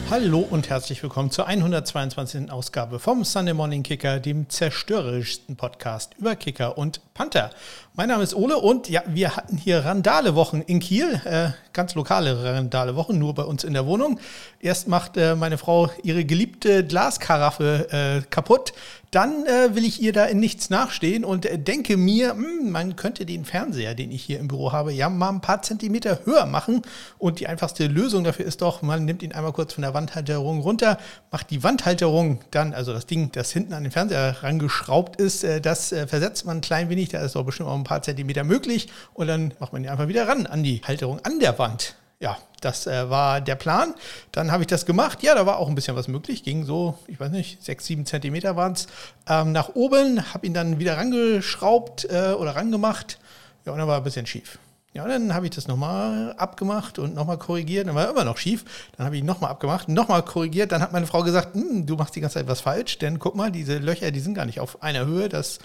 Hallo und herzlich willkommen zur 122. Ausgabe vom Sunday Morning Kicker, dem zerstörerischsten Podcast über Kicker und Panther. Mein Name ist Ole und ja, wir hatten hier Randale-Wochen in Kiel, ganz lokale Randale-Wochen, nur bei uns in der Wohnung. Erst macht meine Frau ihre geliebte Glaskaraffe kaputt, dann will ich ihr da in nichts nachstehen und denke mir, man könnte den Fernseher, den ich hier im Büro habe, ja mal ein paar Zentimeter höher machen. Und die einfachste Lösung dafür ist doch, man nimmt ihn einmal kurz von der Wandhalterung runter, macht die Wandhalterung dann, also das Ding, das hinten an den Fernseher rangeschraubt ist, das versetzt man ein klein wenig, da ist doch bestimmt auch ein paar Zentimeter möglich. Und dann macht man ihn einfach wieder ran an die Halterung an der Wand. Ja, das war der Plan. Dann habe ich das gemacht. Ja, da war auch ein bisschen was möglich. Ging so, ich weiß nicht, 6, 7 Zentimeter waren es nach oben. Habe ihn dann wieder rangeschraubt oder rangemacht. Ja, und dann war ein bisschen schief. Ja, und dann habe ich das nochmal abgemacht und nochmal korrigiert. Dann war er immer noch schief. Dann habe ich ihn nochmal abgemacht, nochmal korrigiert. Dann hat meine Frau gesagt, du machst die ganze Zeit was falsch. Denn guck mal, diese Löcher, die sind gar nicht auf einer Höhe. Das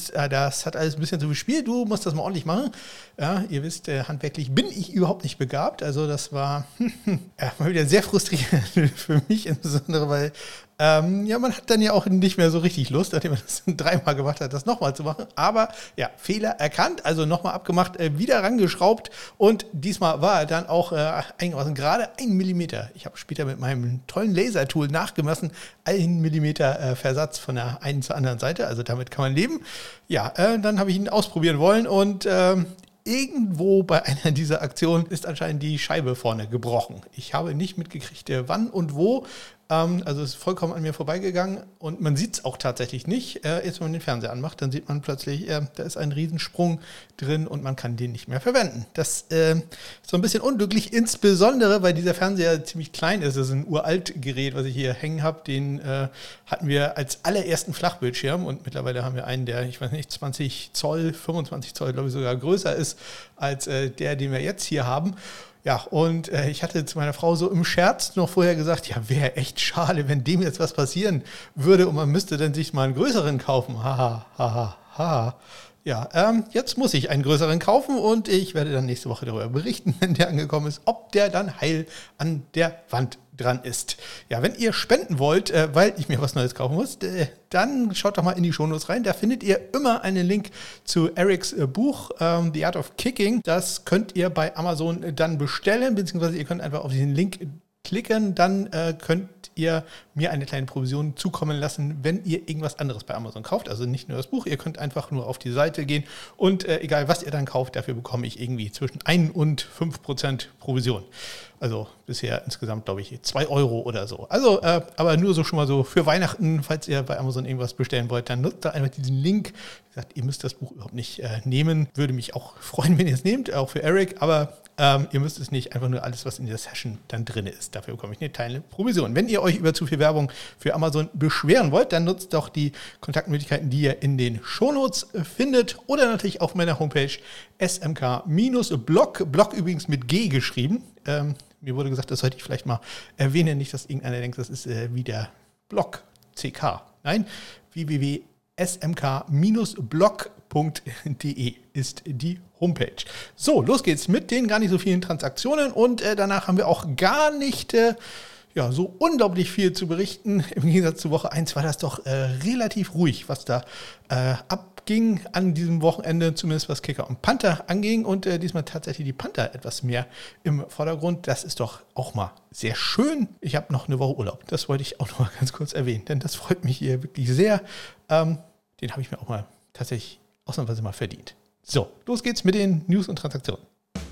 hat alles ein bisschen zu viel Spiel. Du musst das mal ordentlich machen. Ja, ihr wisst, handwerklich bin ich überhaupt nicht begabt. Also das war mal wieder sehr frustrierend für mich insbesondere, weil man hat dann ja auch nicht mehr so richtig Lust, nachdem man das 3-mal gemacht hat, das nochmal zu machen. Aber ja, Fehler erkannt, also nochmal abgemacht, wieder rangeschraubt und diesmal war er dann auch einigermaßen gerade 1 Millimeter. Ich habe später mit meinem tollen Lasertool nachgemessen, 1 Millimeter Versatz von der einen zur anderen Seite, also damit kann man leben. Ja, dann habe ich ihn ausprobieren wollen und irgendwo bei einer dieser Aktionen ist anscheinend die Scheibe vorne gebrochen. Ich habe nicht mitgekriegt, wann und wo. Also es ist vollkommen an mir vorbeigegangen und man sieht es auch tatsächlich nicht. Erst wenn man den Fernseher anmacht, dann sieht man plötzlich, da ist ein Riesensprung drin und man kann den nicht mehr verwenden. Das ist so ein bisschen unglücklich, insbesondere weil dieser Fernseher ziemlich klein ist. Das ist ein uralt Gerät, was ich hier hängen habe. Den hatten wir als allerersten Flachbildschirm und mittlerweile haben wir einen, der, ich weiß nicht, 20 Zoll, 25 Zoll, glaube ich, sogar größer ist als der, den wir jetzt hier haben. Ja, und ich hatte zu meiner Frau so im Scherz noch vorher gesagt, ja, wäre echt schade, wenn dem jetzt was passieren würde und man müsste dann sich mal einen größeren kaufen. Haha, haha, haha. Ja, jetzt muss ich einen größeren kaufen und ich werde dann nächste Woche darüber berichten, wenn der angekommen ist, ob der dann heil an der Wand dran ist. Ja, wenn ihr spenden wollt, weil ich mir was Neues kaufen muss, dann schaut doch mal in die Shownotes rein. Da findet ihr immer einen Link zu Erics Buch, The Art of Kicking. Das könnt ihr bei Amazon dann bestellen, beziehungsweise ihr könnt einfach auf diesen Link klicken, dann könnt ihr mir eine kleine Provision zukommen lassen, wenn ihr irgendwas anderes bei Amazon kauft. Also nicht nur das Buch, ihr könnt einfach nur auf die Seite gehen und egal was ihr dann kauft, dafür bekomme ich irgendwie zwischen 1 und 5% Provision. Also bisher insgesamt, glaube ich, 2 Euro oder so. Also, aber nur so schon mal so für Weihnachten, falls ihr bei Amazon irgendwas bestellen wollt, dann nutzt da einfach diesen Link. Wie gesagt, ihr müsst das Buch überhaupt nicht nehmen. Würde mich auch freuen, wenn ihr es nehmt, auch für Eric. Aber ihr müsst es nicht, einfach nur alles, was in der Session dann drin ist. Dafür bekomme ich eine kleine Provision. Wenn ihr euch über zu viel Werbung für Amazon beschweren wollt, dann nutzt doch die Kontaktmöglichkeiten, die ihr in den Shownotes findet oder natürlich auf meiner Homepage smk-blog, Blog übrigens mit G geschrieben. Mir wurde gesagt, das sollte ich vielleicht mal erwähnen, nicht, dass irgendeiner denkt, das ist wie der Blog CK. Nein, www.smk-blog.de ist die Homepage. So, los geht's mit den gar nicht so vielen Transaktionen und danach haben wir auch gar nicht so unglaublich viel zu berichten. Im Gegensatz zu Woche 1 war das doch relativ ruhig, was da abging an diesem Wochenende, zumindest was Kicker und Panther anging. Und diesmal tatsächlich die Panther etwas mehr im Vordergrund. Das ist doch auch mal sehr schön. Ich habe noch eine Woche Urlaub. Das wollte ich auch noch mal ganz kurz erwähnen, denn das freut mich hier wirklich sehr. Den habe ich mir auch mal tatsächlich ausnahmsweise mal verdient. So, los geht's mit den News und Transaktionen.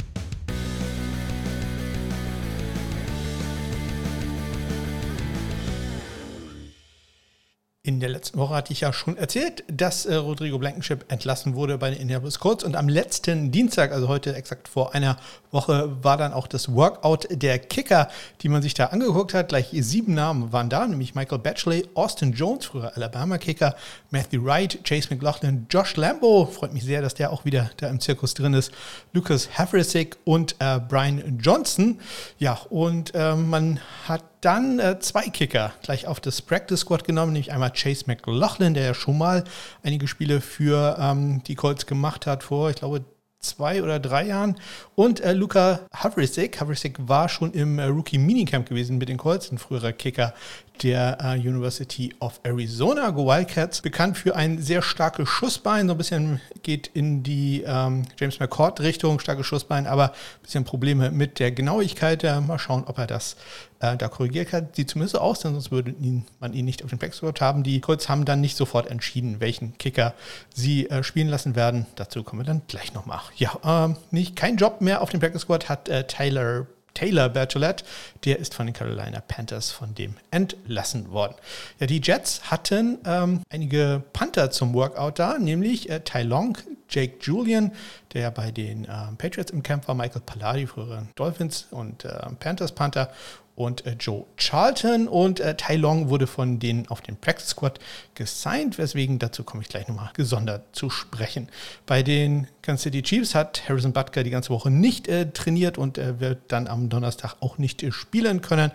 In der letzten Woche hatte ich ja schon erzählt, dass Rodrigo Blankenship entlassen wurde bei den Indianapolis Colts. Und am letzten Dienstag, also heute exakt vor einer Woche, war dann auch das Workout der Kicker, die man sich da angeguckt hat. Gleich 7 Namen waren da, nämlich Michael Batchley, Austin Jones, früher Alabama-Kicker, Matthew Wright, Chase McLaughlin, Josh Lambo, freut mich sehr, dass der auch wieder da im Zirkus drin ist, Lucas Havrisik und Brian Johnson. Ja, und man hat dann 2 Kicker gleich auf das Practice Squad genommen, nämlich einmal Chase McLaughlin, der ja schon mal einige Spiele für die Colts gemacht hat vor, ich glaube, 2 oder 3 Jahren. Und Luka Havrisik war schon im Rookie-Minicamp gewesen mit den Colts, ein früherer Kicker der University of Arizona Wildcats, bekannt für ein sehr starkes Schussbein, so ein bisschen geht in die James McCourt-Richtung, starkes Schussbein, aber ein bisschen Probleme mit der Genauigkeit. Mal schauen, ob er das da korrigieren kann. Sieht zumindest so aus, denn sonst würde man ihn nicht auf dem Practice Squad haben. Die Colts haben dann nicht sofort entschieden, welchen Kicker sie spielen lassen werden. Dazu kommen wir dann gleich nochmal. Ja, kein Job mehr auf dem Practice Squad hat Taylor Bertolette, der ist von den Carolina Panthers von dem entlassen worden. Ja, die Jets hatten einige Panther zum Workout da, nämlich Ty Long, Jake Julian, der bei den Patriots im Camp war, Michael Palardi, frühere Dolphins und Panthers Panther, und Joe Charlton, und Ty Long wurde von denen auf den Practice Squad gesigned, weswegen, dazu komme ich gleich nochmal gesondert zu sprechen. Bei den Kansas City Chiefs hat Harrison Butker die ganze Woche nicht trainiert und wird dann am Donnerstag auch nicht spielen können.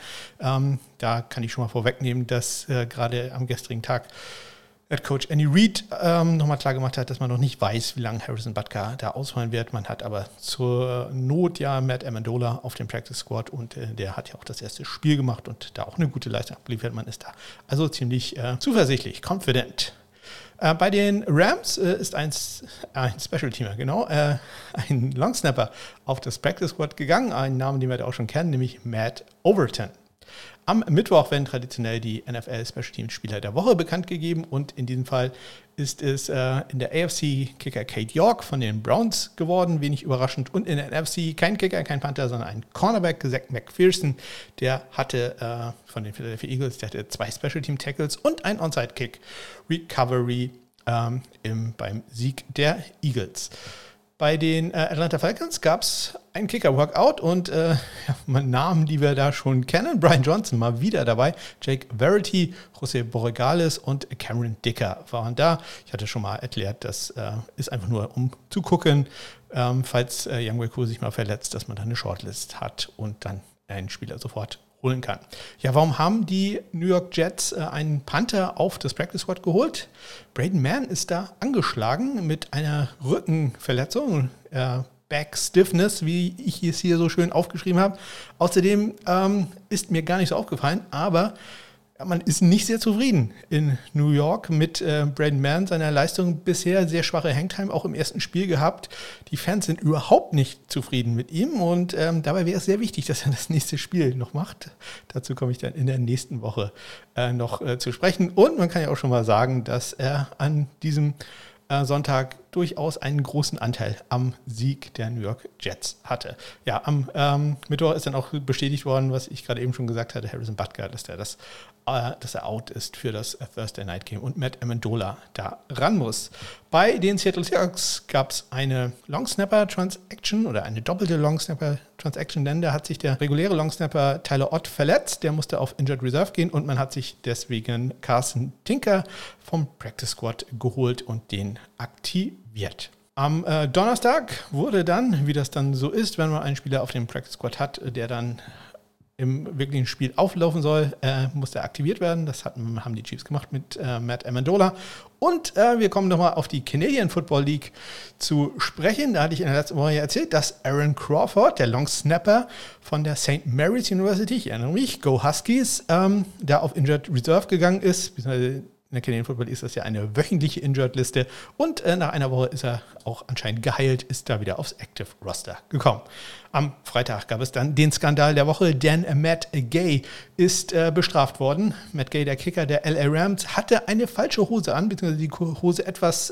Da kann ich schon mal vorwegnehmen, dass gerade am gestrigen Tag Head Coach Andy Reid nochmal klar gemacht hat, dass man noch nicht weiß, wie lange Harrison Butker da ausfallen wird. Man hat aber zur Not ja Matt Amendola auf dem Practice Squad und der hat ja auch das erste Spiel gemacht und da auch eine gute Leistung abgeliefert. Man ist da also ziemlich zuversichtlich, confident. Bei den Rams ist ein Special-Teamer, genau, ein Longsnapper auf das Practice Squad gegangen, einen Namen, den wir da auch schon kennen, nämlich Matt Overton. Am Mittwoch werden traditionell die NFL Special Teams Spieler der Woche bekannt gegeben und in diesem Fall ist es in der AFC Kicker Cade York von den Browns geworden, wenig überraschend, und in der NFC kein Kicker, kein Panther, sondern ein Cornerback, Zach McPherson, der hatte von den Philadelphia Eagles, der hatte 2 Special Team Tackles und ein Onside Kick Recovery beim Sieg der Eagles. Bei den Atlanta Falcons gab es ein Kicker-Workout und Namen, die wir da schon kennen. Brian Johnson mal wieder dabei, Jake Verity, José Borregales und Cameron Dicker waren da. Ich hatte schon mal erklärt, das ist einfach nur, um zu gucken, falls Young Waku sich mal verletzt, dass man dann eine Shortlist hat und dann einen Spieler sofort holen kann. Ja, warum haben die New York Jets einen Panther auf das Practice Squad geholt? Braden Mann ist da angeschlagen mit einer Rückenverletzung, Back Stiffness, wie ich es hier so schön aufgeschrieben habe. Außerdem ist mir gar nicht so aufgefallen, aber man ist nicht sehr zufrieden in New York mit Braden Mann, seiner Leistung bisher. Sehr schwache Hangtime, auch im ersten Spiel gehabt. Die Fans sind überhaupt nicht zufrieden mit ihm und dabei wäre es sehr wichtig, dass er das nächste Spiel noch macht. Dazu komme ich dann in der nächsten Woche noch zu sprechen. Und man kann ja auch schon mal sagen, dass er an diesem Sonntag durchaus einen großen Anteil am Sieg der New York Jets hatte. Ja, am Mittwoch ist dann auch bestätigt worden, was ich gerade eben schon gesagt hatte, Harrison Butker, dass er out ist für das Thursday Night Game und Matt Amendola da ran muss. Bei den Seattle Seahawks gab es eine Longsnapper-Transaction oder eine doppelte Longsnapper-Transaction, denn da hat sich der reguläre Longsnapper Tyler Ott verletzt, der musste auf Injured Reserve gehen und man hat sich deswegen Carson Tinker vom Practice Squad geholt und den aktiviert. Am Donnerstag wurde dann, wie das dann so ist, wenn man einen Spieler auf dem Practice Squad hat, der dann im wirklichen Spiel auflaufen soll, muss er aktiviert werden. Das haben die Chiefs gemacht mit Matt Amendola. Und wir kommen nochmal auf die Canadian Football League zu sprechen. Da hatte ich in der letzten Woche erzählt, dass Aaron Crawford, der Long Snapper von der St. Mary's University, ich erinnere mich, Go Huskies, da auf Injured Reserve gegangen ist, beziehungsweise in der Canadian Football ist das ja eine wöchentliche Injured-Liste und nach einer Woche ist er auch anscheinend geheilt, ist da wieder aufs Active Roster gekommen. Am Freitag gab es dann den Skandal der Woche, denn Matt Gay ist bestraft worden. Matt Gay, der Kicker der LA Rams, hatte eine falsche Hose an, beziehungsweise die Hose etwas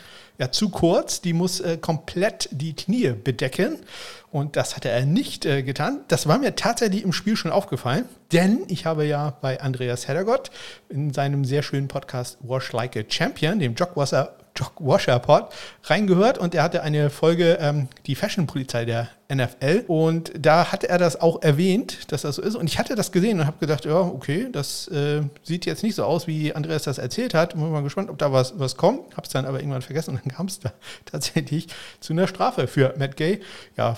zu kurz. Die muss komplett die Knie bedecken. Und das hatte er nicht getan. Das war mir tatsächlich im Spiel schon aufgefallen, denn ich habe ja bei Andreas Heddergott in seinem sehr schönen Podcast Wash Like a Champion, dem Jogwasher-Pod, reingehört und er hatte eine Folge, die Fashion-Polizei der NFL, und da hatte er das auch erwähnt, dass das so ist, und ich hatte das gesehen und habe gedacht, ja, okay, das sieht jetzt nicht so aus, wie Andreas das erzählt hat. Bin mal gespannt, ob da was kommt. Habe es dann aber irgendwann vergessen und dann kam es da tatsächlich zu einer Strafe für Matt Gay. Ja,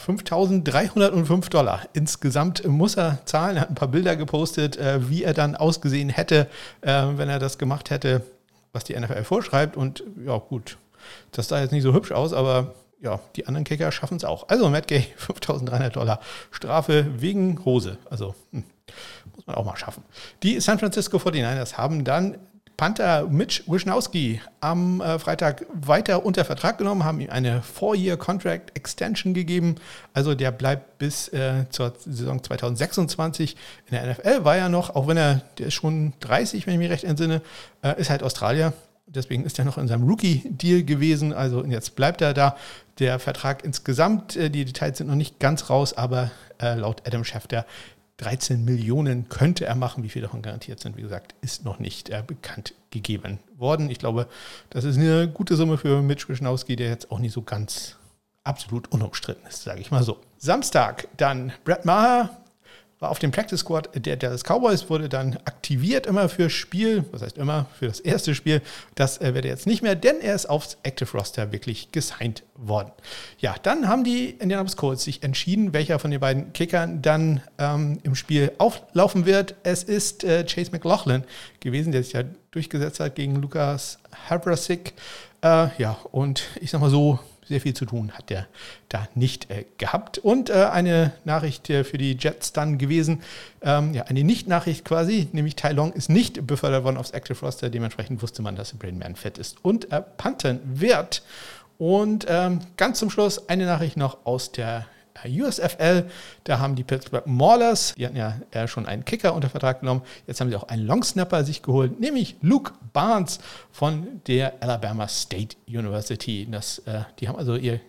$5.305 insgesamt muss er zahlen. Er hat ein paar Bilder gepostet, wie er dann ausgesehen hätte, wenn er das gemacht hätte, was die NFL vorschreibt. Und ja, gut, das sah jetzt nicht so hübsch aus, aber ja, die anderen Kicker schaffen es auch. Also Matt Gay, $5.300 Strafe wegen Hose. Also muss man auch mal schaffen. Die San Francisco 49ers haben dann Panther Mitch Wishnowsky am Freitag weiter unter Vertrag genommen, haben ihm eine 4-Year Contract Extension gegeben. Also der bleibt bis zur Saison 2026 in der NFL. War ja noch, auch wenn der ist schon 30, wenn ich mich recht entsinne, ist halt Australier. Deswegen ist er noch in seinem Rookie-Deal gewesen. Also jetzt bleibt er da. Der Vertrag insgesamt, die Details sind noch nicht ganz raus, aber laut Adam Schefter 13 Millionen könnte er machen. Wie viel davon garantiert sind, wie gesagt, ist noch nicht bekannt gegeben worden. Ich glaube, das ist eine gute Summe für Mitch Wishnowsky, der jetzt auch nicht so ganz absolut unumstritten ist, sage ich mal so. Samstag dann Brett Maher war auf dem Practice Squad der Dallas Cowboys, wurde dann aktiviert immer für Spiel, was heißt immer, für das erste Spiel. Das wird er jetzt nicht mehr, denn er ist aufs Active Roster wirklich gesigned worden. Ja, dann haben die Indianapolis Colts sich entschieden, welcher von den beiden Kickern dann im Spiel auflaufen wird. Es ist Chase McLaughlin gewesen, der sich ja durchgesetzt hat gegen Lucas Habrasik. Ja, und ich sag mal so, sehr viel zu tun hat der da nicht gehabt. Und eine Nachricht für die Jets dann gewesen, eine Nicht-Nachricht quasi, nämlich Ty Long ist nicht befördert worden aufs Active Roster. Dementsprechend wusste man, dass Braden Mann fit ist und punten wird. Und ganz zum Schluss eine Nachricht noch aus der USFL, da haben die Pittsburgh Maulers, die hatten ja schon einen Kicker unter Vertrag genommen, jetzt haben sie auch einen Longsnapper sich geholt, nämlich Luke Barnes von der Alabama State University. Die haben also ihre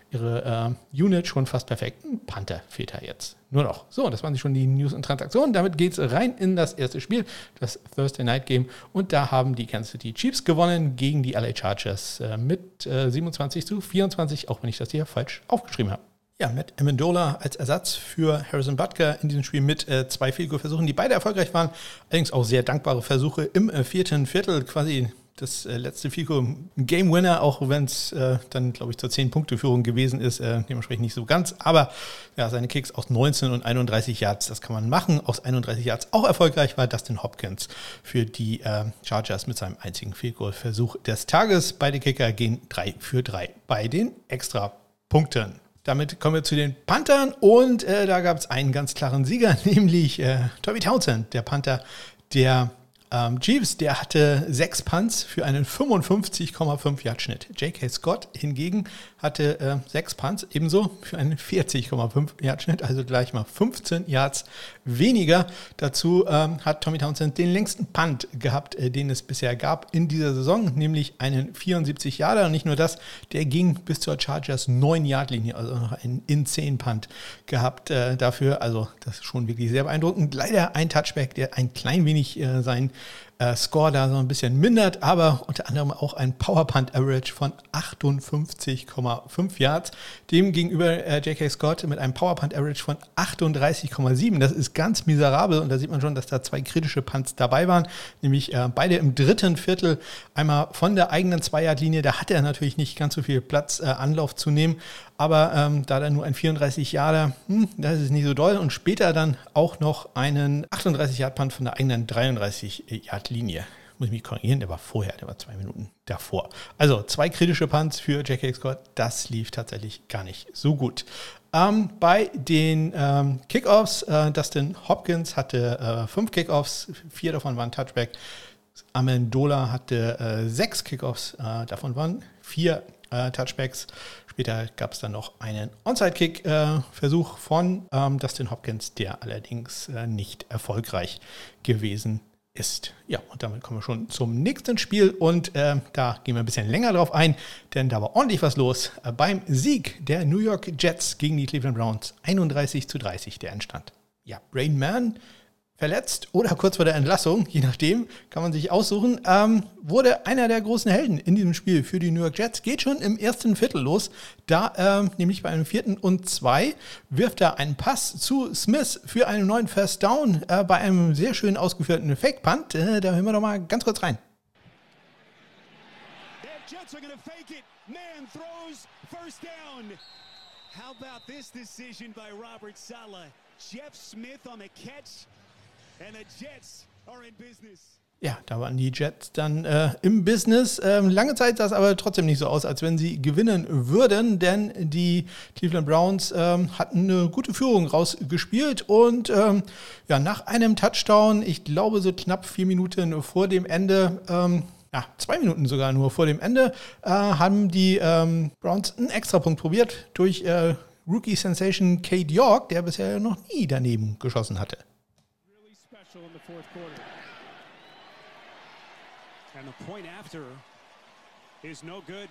Unit schon fast perfekt. Ein Panther fehlt da jetzt nur noch. So, das waren schon die News und Transaktionen. Damit geht es rein in das erste Spiel, das Thursday Night Game. Und da haben die Kansas City Chiefs gewonnen gegen die LA Chargers mit 27-24, auch wenn ich das hier falsch aufgeschrieben habe. Ja, Matt Amendola als Ersatz für Harrison Butker in diesem Spiel mit 2 Field-Goal-Versuchen, die beide erfolgreich waren. Allerdings auch sehr dankbare Versuche im vierten Viertel, quasi das letzte Field-Goal, ein Game-Winner, auch wenn es dann, glaube ich, zur 10-Punkte-Führung gewesen ist, dementsprechend nicht so ganz. Aber ja, seine Kicks aus 19 und 31 Yards, das kann man machen. Aus 31 Yards auch erfolgreich war Dustin Hopkins für die Chargers mit seinem einzigen Field-Goal-Versuch des Tages. Beide Kicker gehen 3 für 3 bei den Extrapunkten. Damit kommen wir zu den Panthern und da gab es einen ganz klaren Sieger, nämlich Toby Townsend, der Panther der Chiefs. Der hatte 6 Punts für einen 55,5 Yard Schnitt. J.K. Scott hingegen hatte 6 Punts, ebenso für einen 40,5 Yard Schnitt, also gleich mal 15 Yards weniger. Dazu hat Tommy Townsend den längsten Punt gehabt, den es bisher gab in dieser Saison, nämlich einen 74 Yarder. Und nicht nur das, der ging bis zur Chargers 9-Yard-Linie, also noch einen In-10-Punt gehabt dafür. Also das ist schon wirklich sehr beeindruckend. Leider ein Touchback, der ein klein wenig sein Score da so ein bisschen mindert, aber unter anderem auch ein Power-Punt-Average von 58,5 Yards. Dem gegenüber J.K. Scott mit einem Power-Punt-Average von 38,7. Das ist ganz miserabel und da sieht man schon, dass da 2 kritische Punts dabei waren, nämlich beide im dritten Viertel, einmal von der eigenen 2-Yard-Linie. Da hat er natürlich nicht ganz so viel Platz, Anlauf zu nehmen, aber da dann nur ein 34-Yarder, das ist nicht so doll. Und später dann auch noch einen 38-Yard-Punt von der eigenen 33-Yard-Linie. Muss ich mich korrigieren, der war vorher, der war 2 Minuten davor. Also 2 kritische Punts für J.K. Scott, das lief tatsächlich gar nicht so gut. Bei den Kickoffs, Dustin Hopkins hatte 5 Kickoffs, 4 davon waren Touchback. Amendola hatte 6 Kickoffs, davon waren 4 Touchbacks. Später gab es dann noch einen Onside-Kick-Versuch von Dustin Hopkins, der allerdings nicht erfolgreich gewesen ist. Ja, und damit kommen wir schon zum nächsten Spiel und da gehen wir ein bisschen länger drauf ein, denn da war ordentlich was los beim Sieg der New York Jets gegen die Cleveland Browns. 31-30 der Endstand. Ja, Braden Mann verletzt oder kurz vor der Entlassung, je nachdem, kann man sich aussuchen, wurde einer der großen Helden in diesem Spiel für die New York Jets. Geht schon im ersten Viertel los, da nämlich bei einem 4. und 2 wirft er einen Pass zu Smith für einen neuen First Down bei einem sehr schön ausgeführten Fake-Punt. Da hören wir doch mal ganz kurz rein. The Jets are gonna fake it. Man throws first down. How about this decision by Robert Saleh? Jeff Smith on the catch. And the Jets are in business. Ja, da waren die Jets dann im Business. Lange Zeit sah es aber trotzdem nicht so aus, als wenn sie gewinnen würden, denn die Cleveland Browns hatten eine gute Führung rausgespielt und nach einem Touchdown, ich glaube so knapp 4 Minuten vor dem Ende, 2 Minuten sogar nur vor dem Ende, haben die Browns einen Extrapunkt probiert durch Rookie-Sensation Cade York, der bisher noch nie daneben geschossen hatte. Really special in the fourth quarter. And the point after is no good.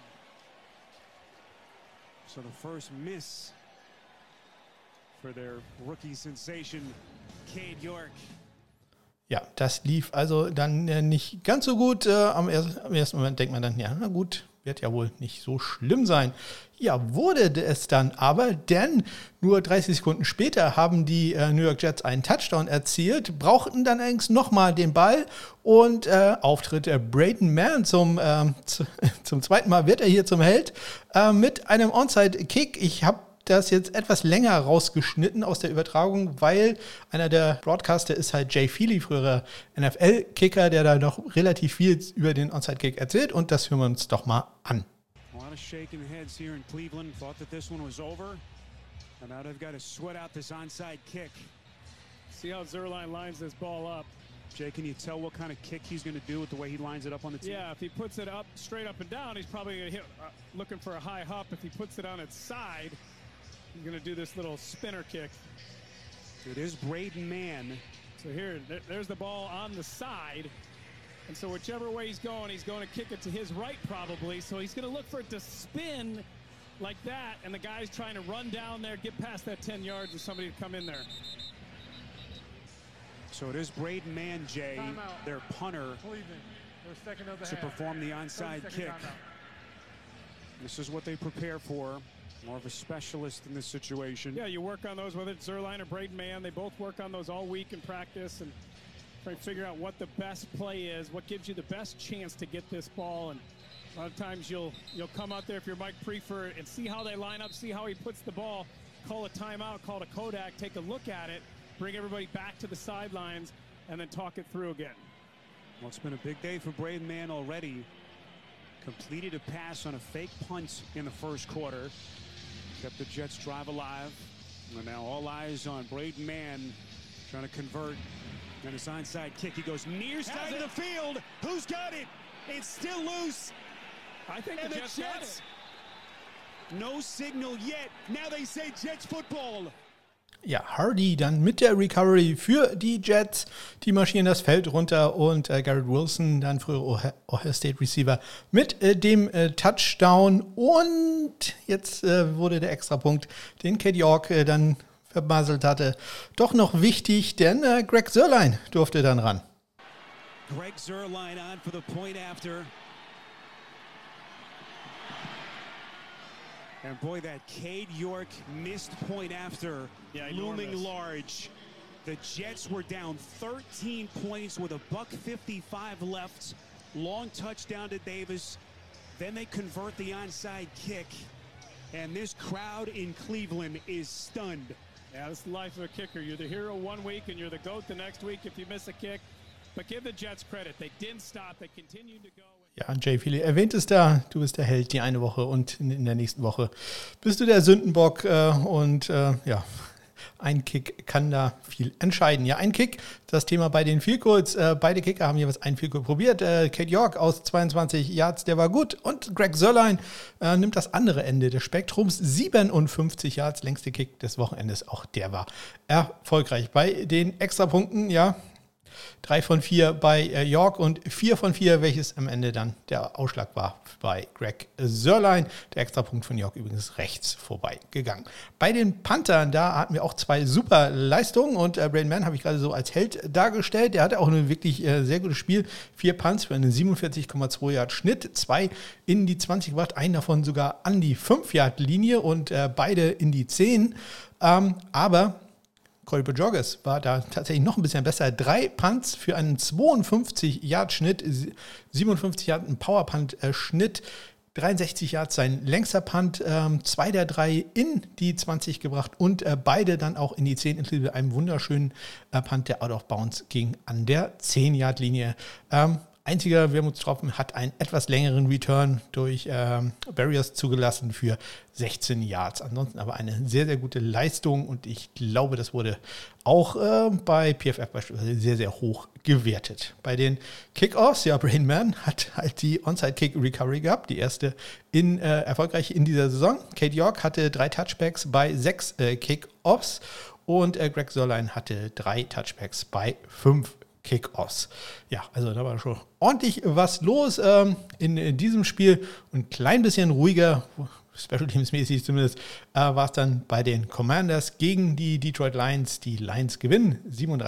So the first miss for their rookie sensation, Cade York. Ja, das lief also dann nicht ganz so gut. Am ersten Moment denkt man dann, ja, na gut, wird ja wohl nicht so schlimm sein. Ja, wurde es dann aber, denn nur 30 Sekunden später haben die New York Jets einen Touchdown erzielt, brauchten dann allerdings nochmal den Ball und auftritt Braden Mann zum zweiten Mal, wird er hier zum Held, mit einem Onside-Kick. Ich habe das jetzt etwas länger rausgeschnitten aus der Übertragung, weil einer der Broadcaster ist halt Jay Feely, früherer NFL-Kicker, der da noch relativ viel über den Onside-Kick erzählt und das hören wir uns doch mal an. A lot of shaking heads here in Cleveland. Thought that this one was over. And now they've got to sweat out this onside kick. See how Zuerlein lines this ball up. Jay, can you tell what kind of kick he's going to do with the way he lines it up on the tee? Yeah, if he puts it up, straight up and down, he's probably going to hit, looking for a high hop. If he puts it on its side, he's going to do this little spinner kick. It is Braden Mann. So here, there's the ball on the side. And so whichever way he's going to kick it to his right probably. So he's going to look for it to spin like that. And the guy's trying to run down there, get past that 10 yards, and somebody to come in there. So it is Braden Mann, Jay, their punter, to perform the onside kick. This is what they prepare for. More of a specialist in this situation. Yeah, you work on those, whether it's Zuerlein or Braden Mann. They both work on those all week in practice and try to figure out what the best play is, what gives you the best chance to get this ball. And a lot of times you'll come out there if you're Mike Prefer and see how they line up, see how he puts the ball, call a timeout, call it a Kodak, take a look at it, bring everybody back to the sidelines, and then talk it through again. Well, it's been a big day for Braden Mann already. Completed a pass on a fake punt in the first quarter. Kept the Jets drive alive. And now all eyes on Braden Mann trying to convert. And his onside kick. He goes near side of the field. Who's got it? It's still loose. I think And the the Jets got Jets. it. No signal yet. Now they say Jets football. Ja, Hardy dann mit der Recovery für die Jets. Die marschieren das Feld runter und Garrett Wilson, dann früher Ohio State Receiver, mit dem Touchdown. Und jetzt wurde der Extrapunkt, den Cade York dann vermasselt hatte, doch noch wichtig, denn Greg Zuerlein durfte dann ran. Greg Zuerlein on for the point after. And boy, that Cade York missed point after looming large. The Jets were down 13 points with $1:55 left. Long touchdown to Davis. Then they convert the onside kick. And this crowd in Cleveland is stunned. Yeah, that's the life of a kicker. You're the hero one week and you're the GOAT the next week if you miss a kick. But give the Jets credit. They didn't stop. They continued to go. Ja, Jay Feely erwähnt es da, du bist der Held die eine Woche und in der nächsten Woche bist du der Sündenbock ein Kick kann da viel entscheiden. Ja, ein Kick, das Thema bei den Field Goals. Beide Kicker haben jeweils einen Field Goal probiert. Cade York aus 22 Yards, der war gut. Und Greg Zuerlein nimmt das andere Ende des Spektrums. 57 Yards, längste Kick des Wochenendes. Auch der war erfolgreich. Bei den Extrapunkten, ja, 3 von 4 bei York und 4 von 4, welches am Ende dann der Ausschlag war bei Greg Zuerlein. Der Extrapunkt von York übrigens rechts vorbeigegangen. Bei den Panthern, da hatten wir auch 2 super Leistungen und Braden Mann habe ich gerade so als Held dargestellt. Der hatte auch ein wirklich sehr gutes Spiel. 4 Punts für einen 47,2 Yard Schnitt, 2 in die 20 gebracht, einen davon sogar an die 5 Yard Linie und beide in die 10. Aber Corey Bojorges war da tatsächlich noch ein bisschen besser. 3 Punts für einen 52-Yard-Schnitt, 57 Yard ein Power-Punt-Schnitt. 63 Yards sein längster Punt, 2 der 3 in die 20 gebracht und beide dann auch in die 10, inklusive einem wunderschönen Punt, der out of bounds ging an der 10-Yard-Linie. Einziger Wermutstropfen hat einen etwas längeren Return durch Barriers zugelassen für 16 Yards. Ansonsten aber eine sehr, sehr gute Leistung und ich glaube, das wurde auch bei PFF beispielsweise sehr, sehr hoch gewertet. Bei den Kickoffs, ja, Brain Man hat halt die Onside-Kick-Recovery gehabt, die erste erfolgreich in dieser Saison. Cade York hatte 3 Touchbacks bei 6 Kickoffs und Greg Zuerlein hatte 3 Touchbacks bei 5 Kickoffs. Ja, also da war schon ordentlich was los in diesem Spiel und ein klein bisschen ruhiger, Special Teams mäßig zumindest, war es dann bei den Commanders gegen die Detroit Lions. Die Lions gewinnen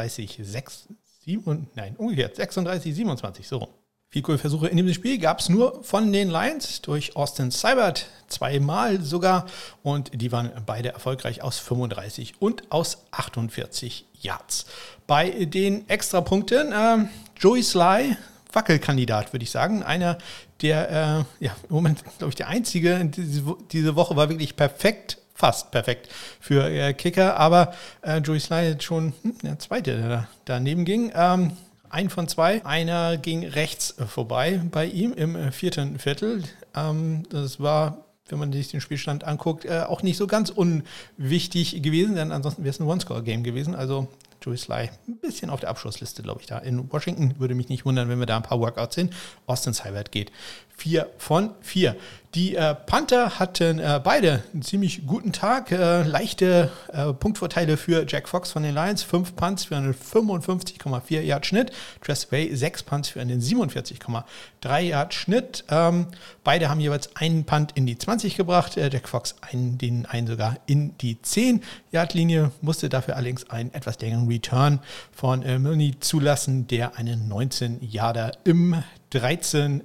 36-27, so rum. Viel coole Versuche in diesem Spiel gab es nur von den Lions durch Austin Seibert, 2-mal sogar, und die waren beide erfolgreich aus 35 und aus 48 Yards. Bei den Extrapunkten, Joey Sly, Wackelkandidat, würde ich sagen. Einer, der im Moment, glaube ich, der einzige diese Woche war wirklich perfekt, fast perfekt für Kicker, aber Joey Sly schon der zweite, der daneben ging. Ein von 2. Einer ging rechts vorbei bei ihm im 4. Viertel. Das war, wenn man sich den Spielstand anguckt, auch nicht so ganz unwichtig gewesen, denn ansonsten wäre es ein One-Score-Game gewesen. Also Joey Sly ein bisschen auf der Abschlussliste, glaube ich, da. In Washington würde mich nicht wundern, wenn wir da ein paar Workouts sehen. Austin Seibert geht 4 von 4. Die Panther hatten beide einen ziemlich guten Tag. Leichte Punktvorteile für Jack Fox von den Lions. 5 Punts für einen 55,4 Yard Schnitt. Tress Way 6 Punts für einen 47,3 Yard Schnitt. Beide haben jeweils einen Punt in die 20 gebracht. Jack Fox einen sogar in die 10 Yard Linie. Musste dafür allerdings einen etwas längeren Return von Milne zulassen, der einen 19 Yarder im dritten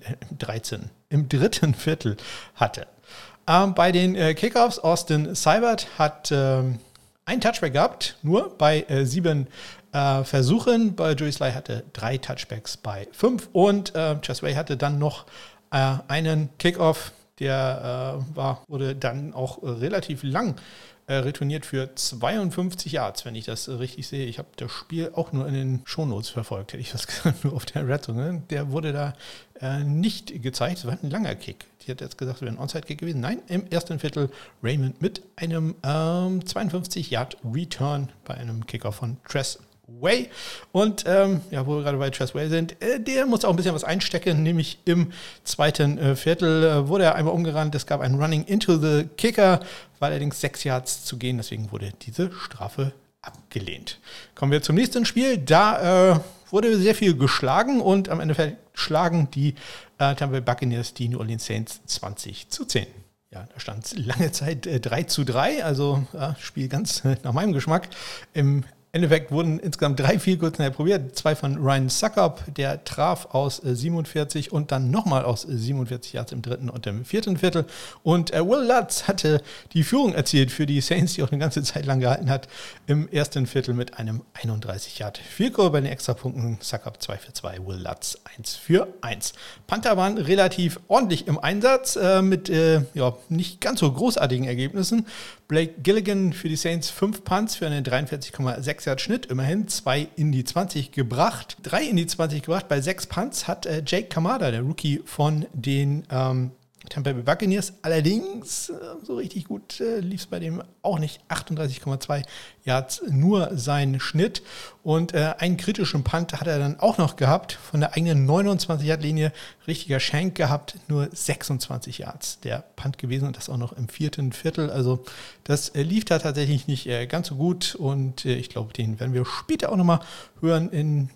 Viertel hatte. Bei den Kickoffs, Austin Seibert hat einen Touchback gehabt, nur bei 7 Versuchen. Bei Joey Sly hatte 3 Touchbacks bei 5 und Tress Way hatte dann noch einen Kickoff, der wurde dann auch relativ lang retourniert für 52 Yards, wenn ich das richtig sehe. Ich habe das Spiel auch nur in den Shownotes verfolgt, hätte ich das gesagt, nur auf der Red Zone. Ne? Der wurde da nicht gezeigt. Es war ein langer Kick. Die hat jetzt gesagt, es wäre ein Onside-Kick gewesen. Nein, im ersten Viertel Raymond mit einem 52-Yard-Return bei einem Kicker von Tress Way. Und wo wir gerade bei Tress Way sind, der muss auch ein bisschen was einstecken, nämlich im zweiten Viertel wurde er einmal umgerannt. Es gab ein Running into the Kicker, war allerdings 6 Yards zu gehen, deswegen wurde diese Strafe abgelehnt. Kommen wir zum nächsten Spiel. Da wurde sehr viel geschlagen und am Ende schlagen die Tampa Bay Buccaneers die New Orleans Saints 20-10. Ja, da stand lange Zeit 3-3, also Spiel ganz nach meinem Geschmack. Im Endeffekt wurden insgesamt 3 Field Goals probiert. 2 von Ryan Succop, der traf aus 47 und dann nochmal aus 47 Yards im dritten und im vierten Viertel. Und Will Lutz hatte die Führung erzielt für die Saints, die auch eine ganze Zeit lang gehalten hat, im ersten Viertel mit einem 31 Yard Field Goal bei den Extrapunkten. Succop 2 für 2, Will Lutz 1 für 1. Panther waren relativ ordentlich im Einsatz mit nicht ganz so großartigen Ergebnissen. Blake Gilligan für die Saints 5 Punts für einen 43,6 Yard Schnitt, immerhin 2 in die 20 gebracht. 3 in die 20 gebracht, bei 6 Punts hat Jake Kamada, der Rookie von den Tampa Bay Buccaneers, allerdings so richtig gut lief es bei dem auch nicht. 38,2 Yards nur sein Schnitt und einen kritischen Punt hat er dann auch noch gehabt, von der eigenen 29-Yard-Linie, richtiger Shank gehabt, nur 26 Yards der Punt gewesen und das auch noch im vierten Viertel, also das lief da tatsächlich nicht ganz so gut und ich glaube, den werden wir später auch nochmal hören in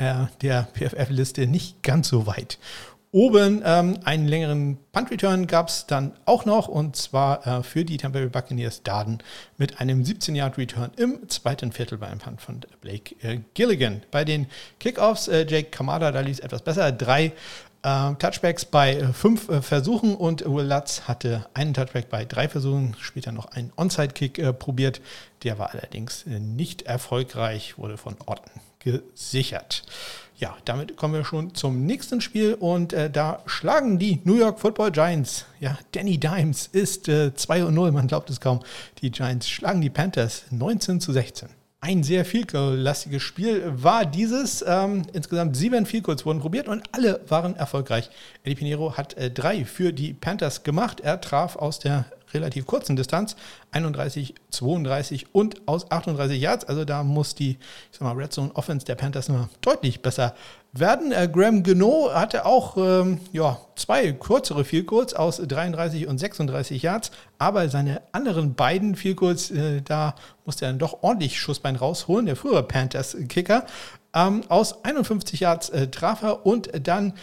der PFF-Liste, nicht ganz so weit. Oben einen längeren Punt-Return gab es dann auch noch, und zwar für die Tampa Bay Buccaneers Darden mit einem 17-Yard-Return im zweiten Viertel bei einem Punt von Blake Gilligan. Bei den Kickoffs, Jake Kamada, da lief es etwas besser, 3 Touchbacks bei 5 Versuchen und Will Lutz hatte einen Touchback bei 3 Versuchen, später noch einen Onside-Kick probiert, der war allerdings nicht erfolgreich, wurde von Orton gesichert. Ja, damit kommen wir schon zum nächsten Spiel und da schlagen die New York Football Giants. Ja, Danny Dimes ist 2-0, man glaubt es kaum. Die Giants schlagen die Panthers 19-16. Ein sehr Field-Goal-lastiges Spiel war dieses. Insgesamt 7 Field Goals wurden probiert und alle waren erfolgreich. Eddie Pinheiro hat 3 für die Panthers gemacht. Er traf aus der relativ kurzen Distanz 31, 32 und aus 38 Yards. Also da muss die Red Zone Offense der Panthers noch deutlich besser werden. Graham Gano hatte auch 2 kürzere Field Goals aus 33 und 36 Yards, aber seine anderen beiden Field Goals, da musste er dann doch ordentlich Schussbein rausholen. Der frühere Panthers-Kicker aus 51 Yards traf er und dann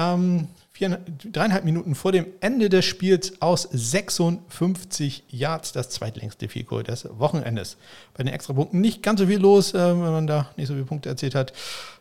3,5 Minuten vor dem Ende des Spiels aus 56 Yards, das zweitlängste Field Goal des Wochenendes. Bei den Extrapunkten nicht ganz so viel los, wenn man da nicht so viele Punkte erzielt hat.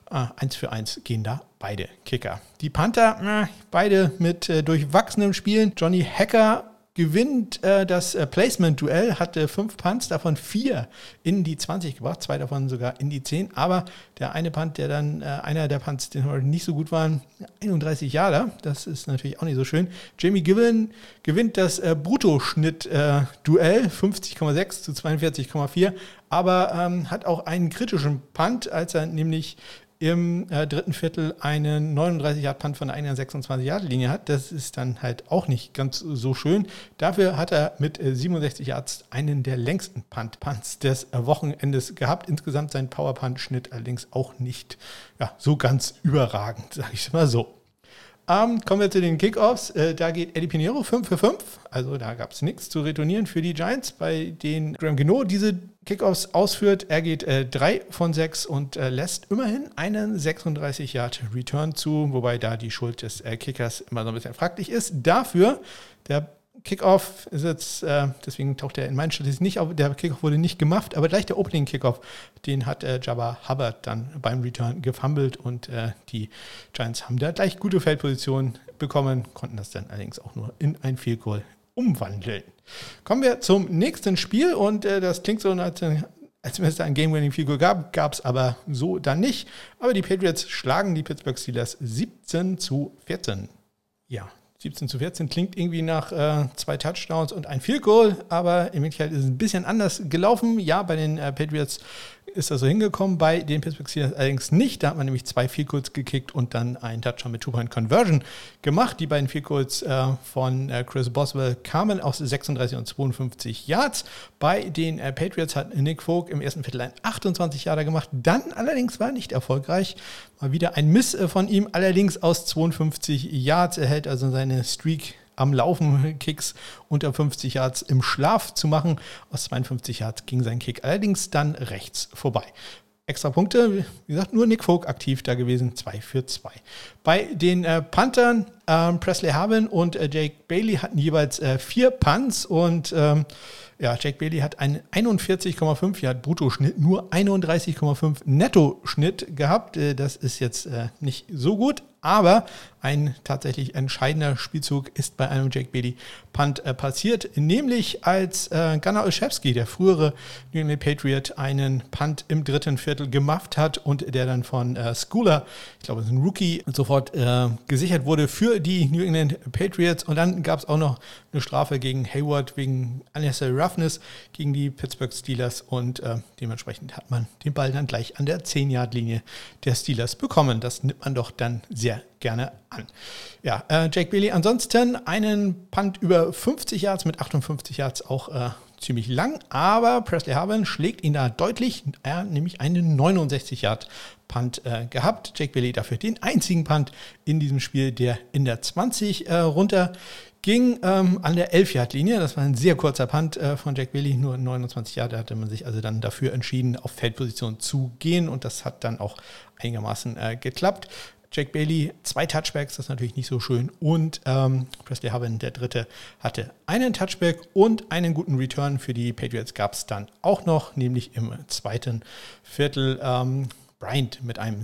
1-1 gehen da beide Kicker. Die Panther, beide mit durchwachsenem Spielen. Johnny Hacker gewinnt das Placement-Duell, hatte 5 Punts, davon 4 in die 20 gebracht, 2 davon sogar in die 10, aber der eine Punt, der dann, einer der Punts, die nicht so gut waren, 31 Yarder, das ist natürlich auch nicht so schön. Jamie Given gewinnt das Bruttoschnitt-Duell, 50,6 zu 42,4, aber hat auch einen kritischen Punt, als er nämlich im dritten Viertel einen 39-Yard-Punt von der eigenen 26-Yard-Linie hat. Das ist dann halt auch nicht ganz so schön. Dafür hat er mit 67 Yards einen der längsten Punts des Wochenendes gehabt. Insgesamt sein Power-Punt-Schnitt allerdings auch nicht so ganz überragend, sage ich mal so. Kommen wir zu den Kickoffs. Da geht Eddie Pinheiro 5 für 5. Also da gab es nichts zu retournieren für die Giants, bei denen Graham Gano diese Kickoffs ausführt. Er geht 3 von 6 und lässt immerhin einen 36-Yard-Return zu, wobei da die Schuld des Kickers immer so ein bisschen fraglich ist. Dafür, der Kickoff ist jetzt, deswegen taucht er in meinen Statistiken nicht auf, der Kickoff wurde nicht gemacht, aber gleich der Opening-Kickoff, den hat Jabba Hubbard dann beim Return gefummelt und die Giants haben da gleich gute Feldposition bekommen, konnten das dann allerdings auch nur in ein Field Goal umwandeln. Kommen wir zum nächsten Spiel und das klingt so, als wenn es da ein Game-Winning Field Goal gab es aber so dann nicht. Aber die Patriots schlagen die Pittsburgh Steelers 17-14. Ja, 17-14 klingt irgendwie nach 2 Touchdowns und ein Field Goal, aber in Wirklichkeit ist es ein bisschen anders gelaufen. Ja, bei den Patriots ist das so hingekommen, bei den Pittsburgh Steelers allerdings nicht. Da hat man nämlich 2 Field Goals gekickt und dann einen Touchdown mit Two-Point-Conversion gemacht. Die beiden Field Goals von Chris Boswell kamen aus 36 und 52 Yards. Bei den Patriots hat Nick Folk im ersten Viertel einen 28 Yarder gemacht. Dann allerdings war nicht erfolgreich. Mal wieder ein Miss von ihm, allerdings aus 52 Yards. Er hält also seine Streak am Laufen, Kicks unter 50 Yards im Schlaf zu machen. Aus 52 Yards ging sein Kick allerdings dann rechts vorbei. Extra Punkte, wie gesagt, nur Nick Folk aktiv da gewesen, 2 für 2. Bei den Panthern, Presley Harvin und Jake Bailey hatten jeweils 4 Punts und Jake Bailey hat einen 41,5 Yard Bruttoschnitt, nur 31,5 Nettoschnitt gehabt. Das ist jetzt nicht so gut, aber ein tatsächlich entscheidender Spielzug ist bei einem Jake Bailey Punt passiert, nämlich als Gunnar Olszewski, der frühere New England Patriot, einen Punt im dritten Viertel gemufft hat und der dann von Schooler, ich glaube, es ist ein Rookie, sofort gesichert wurde für die New England Patriots. Und dann gab es auch noch eine Strafe gegen Hayward wegen unnecessary roughness gegen die Pittsburgh Steelers und dementsprechend hat man den Ball dann gleich an der 10-Yard-Linie der Steelers bekommen. Das nimmt man doch dann sehr gerne an. Ja, Jake Bailey ansonsten einen Punt über 50 Yards mit 58 Yards auch ziemlich lang, aber Presley Harvin schlägt ihn da deutlich. Er hat nämlich einen 69 Yard Punt gehabt. Jake Bailey dafür den einzigen Punt in diesem Spiel, der in der 20 runter ging an der 11-Yard-Linie. Das war ein sehr kurzer Punt von Jake Bailey, nur 29 Yard. Da hatte man sich also dann dafür entschieden, auf Feldposition zu gehen und das hat dann auch einigermaßen geklappt. Jake Bailey, 2 Touchbacks, das ist natürlich nicht so schön. Und Presley Harvin, der dritte, hatte einen Touchback und einen guten Return für die Patriots gab es dann auch noch, nämlich im zweiten Viertel Bryant mit einem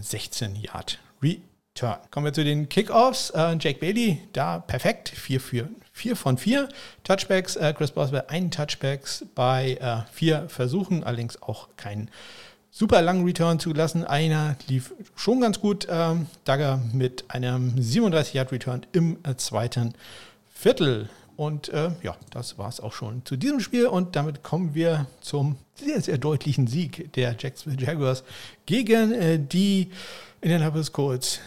16-Yard-Return. Kommen wir zu den Kickoffs. Jake Bailey, da perfekt, 4 von 4 Touchbacks. Chris Boswell, 1 Touchbacks bei 4 Versuchen, allerdings auch kein super langen Return zugelassen. Einer lief schon ganz gut. Dagger mit einem 37-Yard-Return im zweiten Viertel. Und das war es auch schon zu diesem Spiel. Und damit kommen wir zum sehr, sehr deutlichen Sieg der Jacksonville Jaguars gegen die Indianapolis Colts.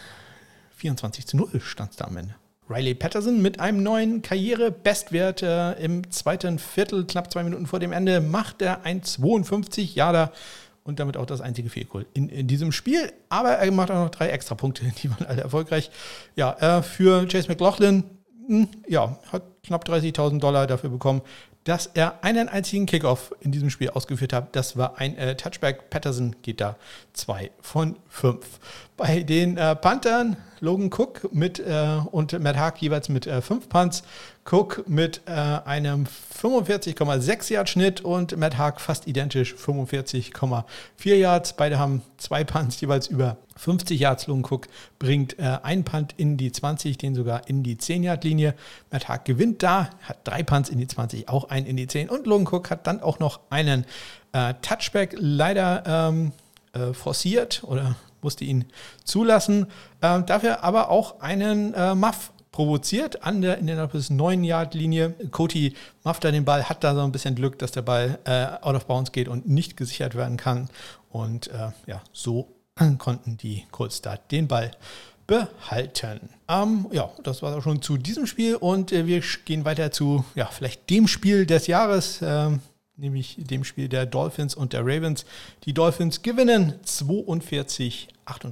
24-0 stand es da am Ende. Riley Patterson mit einem neuen Karriere-Bestwert im zweiten Viertel, knapp 2 Minuten vor dem Ende, macht er ein 52-Yarder und damit auch das einzige Field Goal in diesem Spiel. Aber er macht auch noch 3 Extrapunkte, die waren alle erfolgreich. Ja, für Chase McLaughlin, hat knapp $30.000 dafür bekommen, dass er einen einzigen Kickoff in diesem Spiel ausgeführt hat. Das war ein Touchback. Patterson geht da 2 von 5. Bei den Panthern Logan Cook und Matt Haag jeweils mit 5 Punts. Cook mit einem 45,6 Yard Schnitt und Matt Haag fast identisch 45,4 Yards. Beide haben 2 Punts jeweils über 50 Yards. Logan Cook bringt einen Punt in die 20, den sogar in die 10-Yard-Linie. Matt Haag gewinnt da, hat 3 Punts in die 20, auch einen in die 10. Und Logan Cook hat dann auch noch einen Touchback leider forciert oder musste ihn zulassen. Dafür aber auch einen Muff provoziert an der Indianapolis 9-Yard-Linie. Cody mufft da den Ball, hat da so ein bisschen Glück, dass der Ball out of bounds geht und nicht gesichert werden kann. Und so konnten die Colts da den Ball behalten. Das war auch schon zu diesem Spiel und wir gehen weiter zu vielleicht dem Spiel des Jahres, nämlich dem Spiel der Dolphins und der Ravens. Die Dolphins gewinnen 42-38.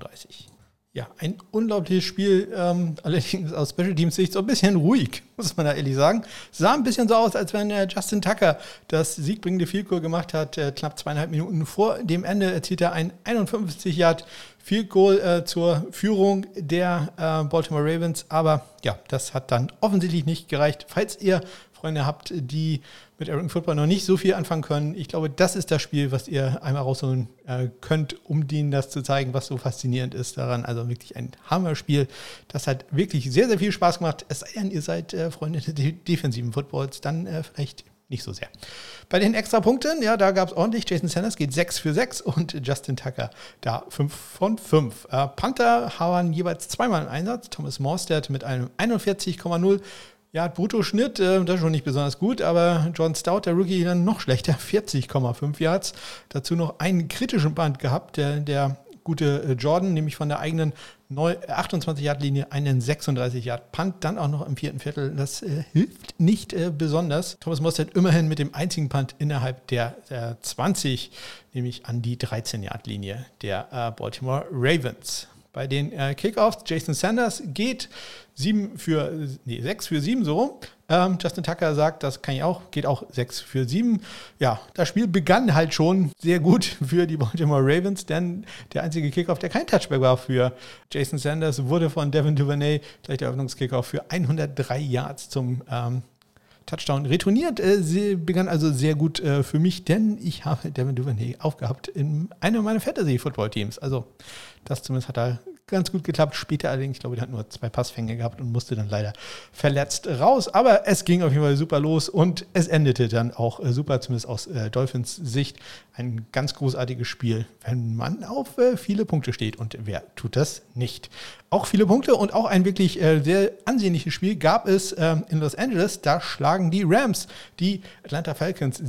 Ja, ein unglaubliches Spiel, allerdings aus Special Teams Sicht so ein bisschen ruhig, muss man da ehrlich sagen. Sah ein bisschen so aus, als wenn Justin Tucker das siegbringende Field Goal gemacht hat. Knapp 2,5 Minuten vor dem Ende erzielt er ein 51 Yard Field Goal zur Führung der Baltimore Ravens. Aber ja, das hat dann offensichtlich nicht gereicht. Falls ihr Freunde habt, die mit American Football noch nicht so viel anfangen können, ich glaube, das ist das Spiel, was ihr einmal rausholen könnt, um denen das zu zeigen, was so faszinierend ist daran. Also wirklich ein Hammerspiel. Das hat wirklich sehr, sehr viel Spaß gemacht. Es sei denn, ihr seid Freunde des defensiven Footballs, dann vielleicht nicht so sehr. Bei den Extrapunkten, da gab es ordentlich. Jason Sanders geht 6 für 6 und Justin Tucker da 5 von 5. Panther waren jeweils zweimal im Einsatz. Thomas Morstead mit einem 41,0 Yard Bruttoschnitt, das ist schon nicht besonders gut, aber John Stout, der Rookie, dann noch schlechter, 40,5 Yards. Dazu noch einen kritischen Punt gehabt, der gute Jordan, nämlich von der eigenen 28-Yard-Linie einen 36-Yard-Punt, dann auch noch im 4. Viertel. Das hilft nicht besonders. Thomas Morstead immerhin mit dem einzigen Punt innerhalb der 20, nämlich an die 13-Yard-Linie der Baltimore Ravens. Bei den Kickoffs, Jason Sanders geht 6 für 7 so rum. Justin Tucker sagt, das kann ich auch, geht auch 6 für 7. Ja, das Spiel begann halt schon sehr gut für die Baltimore Ravens, denn der einzige Kickoff, der kein Touchback war für Jason Sanders, wurde von Devin Duvernay, gleich der Eröffnungskickoff, für 103 Yards zum Touchdown retourniert. Sie begann also sehr gut für mich, denn ich habe Devin Duvernay aufgehabt in einem meiner Fantasy-Football-Teams. Also das zumindest hat da ganz gut geklappt. Später allerdings, ich glaube, der hat nur 2 Passfänge gehabt und musste dann leider verletzt raus. Aber es ging auf jeden Fall super los und es endete dann auch super, zumindest aus Dolphins Sicht. Ein ganz großartiges Spiel, wenn man auf viele Punkte steht. Und wer tut das nicht? Auch viele Punkte und auch ein wirklich sehr ansehnliches Spiel gab es in Los Angeles. Da schlagen die Rams die Atlanta Falcons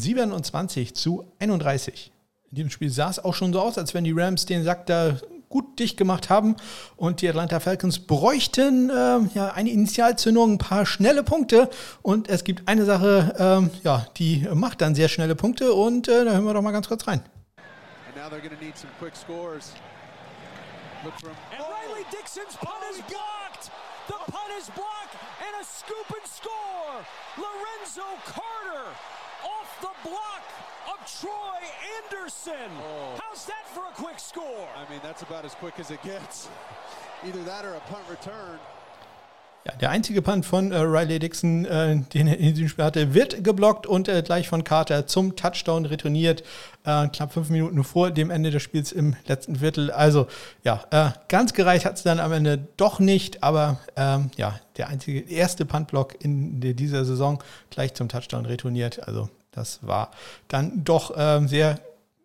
27-31. In diesem Spiel sah es auch schon so aus, als wenn die Rams den Sack da gut dicht gemacht haben und die Atlanta Falcons bräuchten eine Initialzündung, ein paar schnelle Punkte und es gibt eine Sache, die macht dann sehr schnelle Punkte und da hören wir doch mal ganz kurz rein. And now they're going to need some quick scores. Look from Riley Dixon's punt is blocked. The punt is blocked and a scoop and score. Lorenzo Carter off the block of Troy Anderson. How's that for a quick score? I mean, that's about as quick as it gets. Either that or a punt return. Ja, der einzige Punt von Riley Dixon, den er in diesem Spiel hatte, wird geblockt und gleich von Carter zum Touchdown retourniert. Knapp 5 Minuten vor dem Ende des Spiels im letzten Viertel. Also ganz gereicht hat es dann am Ende doch nicht, aber der erste Puntblock in dieser Saison gleich zum Touchdown retourniert. Also das war dann doch sehr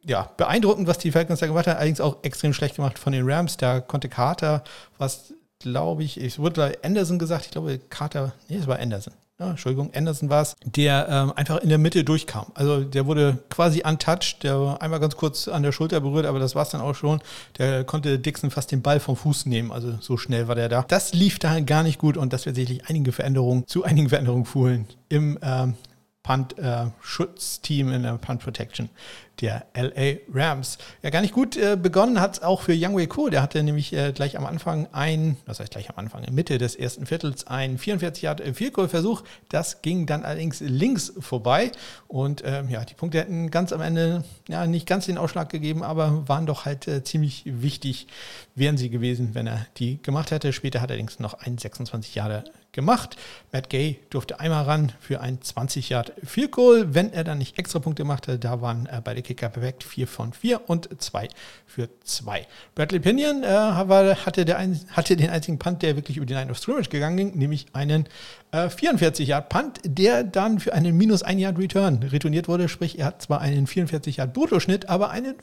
ja, beeindruckend, was die Falcons da gemacht haben. Allerdings auch extrem schlecht gemacht von den Rams. Da konnte Carter, was glaube ich, es wurde Anderson gesagt, ich glaube Carter, nee, es war Anderson. Ja, Entschuldigung, Anderson war es, der einfach in der Mitte durchkam. Also der wurde quasi untouched, der war einmal ganz kurz an der Schulter berührt, aber das war es dann auch schon. Der konnte Dixon fast den Ball vom Fuß nehmen, also so schnell war der da. Das lief da gar nicht gut und das wird sicherlich zu einigen Veränderungen führen im Punt-Schutzteam in der Punt-Protection der LA Rams. Ja, gar nicht gut begonnen hat es auch für Younghoe Koo. Der hatte nämlich gleich am Anfang in Mitte des ersten Viertels einen 44-Yard-Field-Goal-Versuch. Das ging dann allerdings links vorbei. Und die Punkte hätten ganz am Ende nicht ganz den Ausschlag gegeben, aber waren doch halt ziemlich wichtig, wären sie gewesen, wenn er die gemacht hätte. Später hat er allerdings noch einen 26 Jahre gemacht. Matt Gay durfte einmal ran für ein 20-Yard-Field-Goal. Wenn er dann nicht extra Punkte machte, da waren beide Kicker perfekt, 4 von 4 und 2 für 2. Bradley Pinion hatte den einzigen Punt, der wirklich über die Line of Scrimmage gegangen ging, nämlich einen 44-Yard-Punt, der dann für einen -1-Yard-Return retourniert wurde. Sprich, er hat zwar einen 44-Yard-Bruttoschnitt, aber einen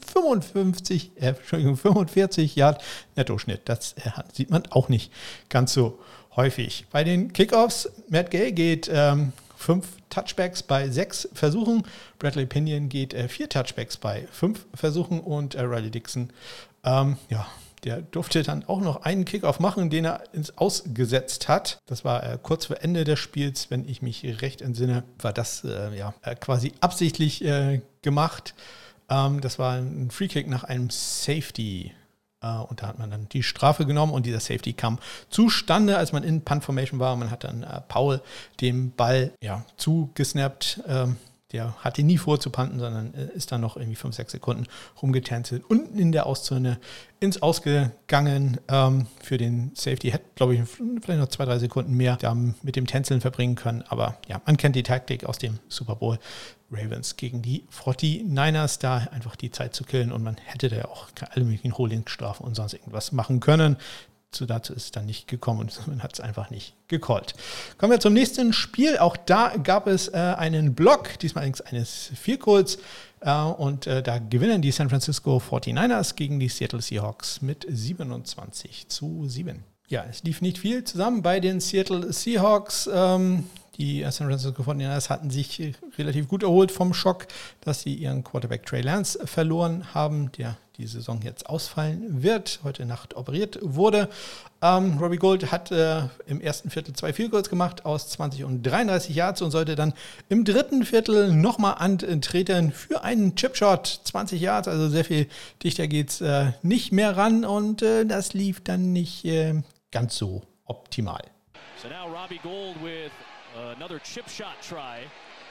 45-Yard-Nettoschnitt. Das sieht man auch nicht ganz so häufig. Bei den Kickoffs, Matt Gay geht 5 Touchbacks bei 6 Versuchen. Bradley Pinion geht 4 Touchbacks bei 5 Versuchen und Riley Dixon, der durfte dann auch noch einen Kickoff machen, den er ins Ausgesetzt hat. Das war kurz vor Ende des Spiels, wenn ich mich recht entsinne, war das quasi absichtlich gemacht. Das war ein Freekick nach einem Safety. Und da hat man dann die Strafe genommen und dieser Safety kam zustande, als man in Punt-Formation war. Man hat dann Powell den Ball zugesnappt. Der hatte nie vor zu punten, sondern ist dann noch irgendwie 5-6 Sekunden rumgetänzelt. Unten in der Auszone ins Ausgegangen für den Safety. Hätte, glaube ich, vielleicht noch 2-3 Sekunden mehr da mit dem Tänzeln verbringen können. Aber ja, man kennt die Taktik aus dem Super Bowl. Ravens gegen die 49ers, da einfach die Zeit zu killen. Und man hätte da ja auch alle möglichen Holdingstrafen und sonst irgendwas machen können. Dazu ist es dann nicht gekommen und man hat es einfach nicht gecallt. Kommen wir zum nächsten Spiel. Auch da gab es einen Block, diesmal allerdings eines Field Goals. Und da gewinnen die San Francisco 49ers gegen die Seattle Seahawks mit 27-7. Ja, es lief nicht viel zusammen bei den Seattle Seahawks. Die San Francisco 49ers hatten sich relativ gut erholt vom Schock, dass sie ihren Quarterback Trey Lance verloren haben, der die Saison jetzt ausfallen wird, heute Nacht operiert wurde. Robbie Gould hat im ersten Viertel 2 Field Goals gemacht aus 20 und 33 Yards und sollte dann im dritten Viertel nochmal antreten für einen Chipshot, 20 Yards, also sehr viel dichter geht's nicht mehr ran und das lief dann nicht ganz so optimal. So now Robbie Gould with another chip shot try.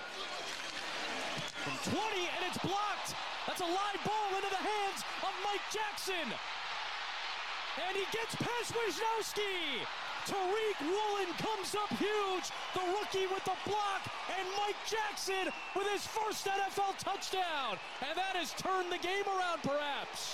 From 20 and it's blocked. That's a live ball into the hands of Mike Jackson. And he gets past Wisnowski. Tariq Woolen comes up huge. The rookie with the block. And Mike Jackson with his first NFL touchdown. And that has turned the game around perhaps.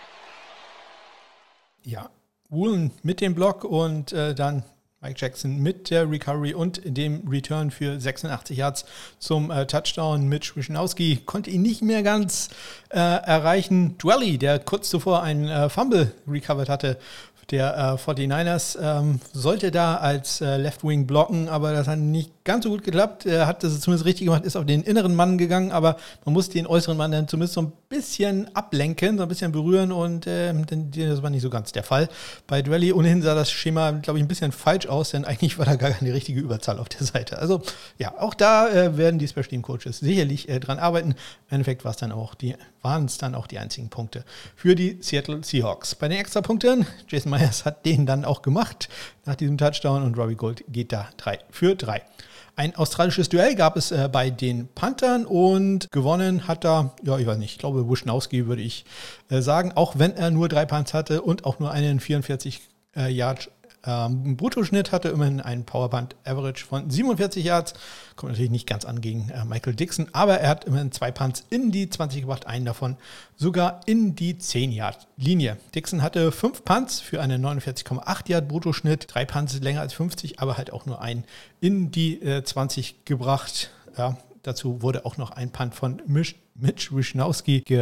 Ja, Woolen mit dem Block und dann Mike Jackson mit der Recovery und dem Return für 86 Yards zum Touchdown. Mitch Wisnowski konnte ihn nicht mehr ganz erreichen. Dwelly, der kurz zuvor einen Fumble recovered hatte, der 49ers, sollte da als Left Wing blocken, aber das hat nicht ganz so gut geklappt. Er hat das zumindest richtig gemacht, ist auf den inneren Mann gegangen, aber man muss den äußeren Mann dann zumindest so ein bisschen ablenken, so ein bisschen berühren und das war nicht so ganz der Fall. Bei Dwelly ohnehin sah das Schema, glaube ich, ein bisschen falsch aus, denn eigentlich war da gar keine richtige Überzahl auf der Seite. Also ja, auch da werden die Special Team Coaches sicherlich dran arbeiten. Im Endeffekt waren es dann auch die einzigen Punkte für die Seattle Seahawks. Bei den Extrapunkten, Jason Myers hat den dann auch gemacht nach diesem Touchdown und Robbie Gould geht da 3 für 3. Ein australisches Duell gab es bei den Panthern und gewonnen hat da, ich weiß nicht, ich glaube Wisnowski würde ich sagen, auch wenn er nur 3 Punts hatte und auch nur einen 44 Yard Bruttoschnitt hatte, immerhin einen Powerpunt Average von 47 Yards. Kommt natürlich nicht ganz an gegen Michael Dixon, aber er hat immerhin 2 Punts in die 20 gebracht, einen davon sogar in die 10-Yard-Linie. Dixon hatte 5 Punts für einen 49,8 Yard Bruttoschnitt, 3 Punts länger als 50, aber halt auch nur einen in die 20 gebracht. Ja, dazu wurde auch noch ein Punt von Mitch Wisnowski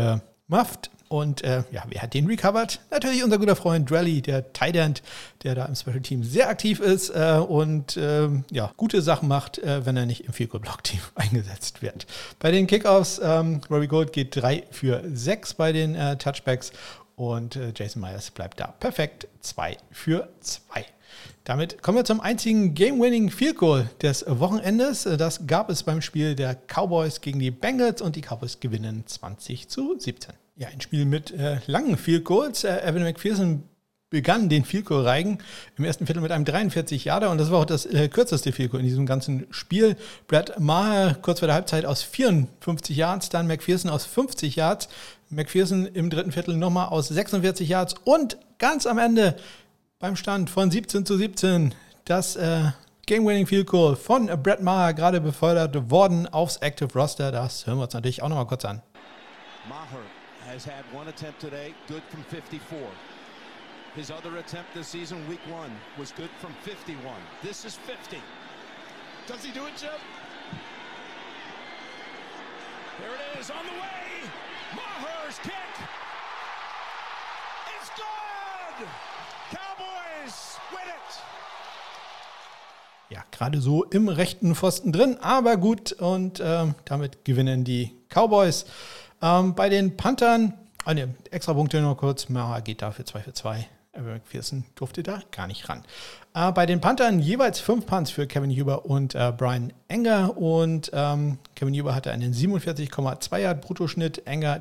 Muffed. Und wer hat den recovered? Natürlich unser guter Freund Drelly, der Tight End, der da im Special Team sehr aktiv ist und gute Sachen macht, wenn er nicht im Field Goal Block Team eingesetzt wird. Bei den Kickoffs, Robbie Gould geht 3 für 6 bei den Touchbacks und Jason Myers bleibt da perfekt 2 für 2. Damit kommen wir zum einzigen Game-Winning Field Goal des Wochenendes. Das gab es beim Spiel der Cowboys gegen die Bengals und die Cowboys gewinnen 20-17. Ja, ein Spiel mit langen Field Goals. Evan McPherson begann den Field Goal Reigen im ersten Viertel mit einem 43-Yarder und das war auch das kürzeste Field Goal in diesem ganzen Spiel. Brad Maher kurz vor der Halbzeit aus 54 Yards, dann McPherson aus 50 Yards, McPherson im dritten Viertel nochmal aus 46 Yards und ganz am Ende beim Stand von 17-17 das Game-Winning Field Goal von Brad Maher gerade befördert worden aufs Active Roster. Das hören wir uns natürlich auch nochmal kurz an. Maher has had one attempt today, good from 54. His other attempt this season, week 1, was good from 51. This is 50. Does he do it, Jim? There it is, on the way. Maher's kick. It's good. Cowboys win it. Ja, gerade so im rechten Pfosten drin, aber gut und damit gewinnen die Cowboys. Bei den Panthern, extra Punkte nur kurz, Maher geht dafür 2 für 2. McPherson durfte da gar nicht ran. Bei den Panthern jeweils 5 Punts für Kevin Huber und Brian Enger und Kevin Huber hatte einen 47,2 Yard Bruttoschnitt, Enger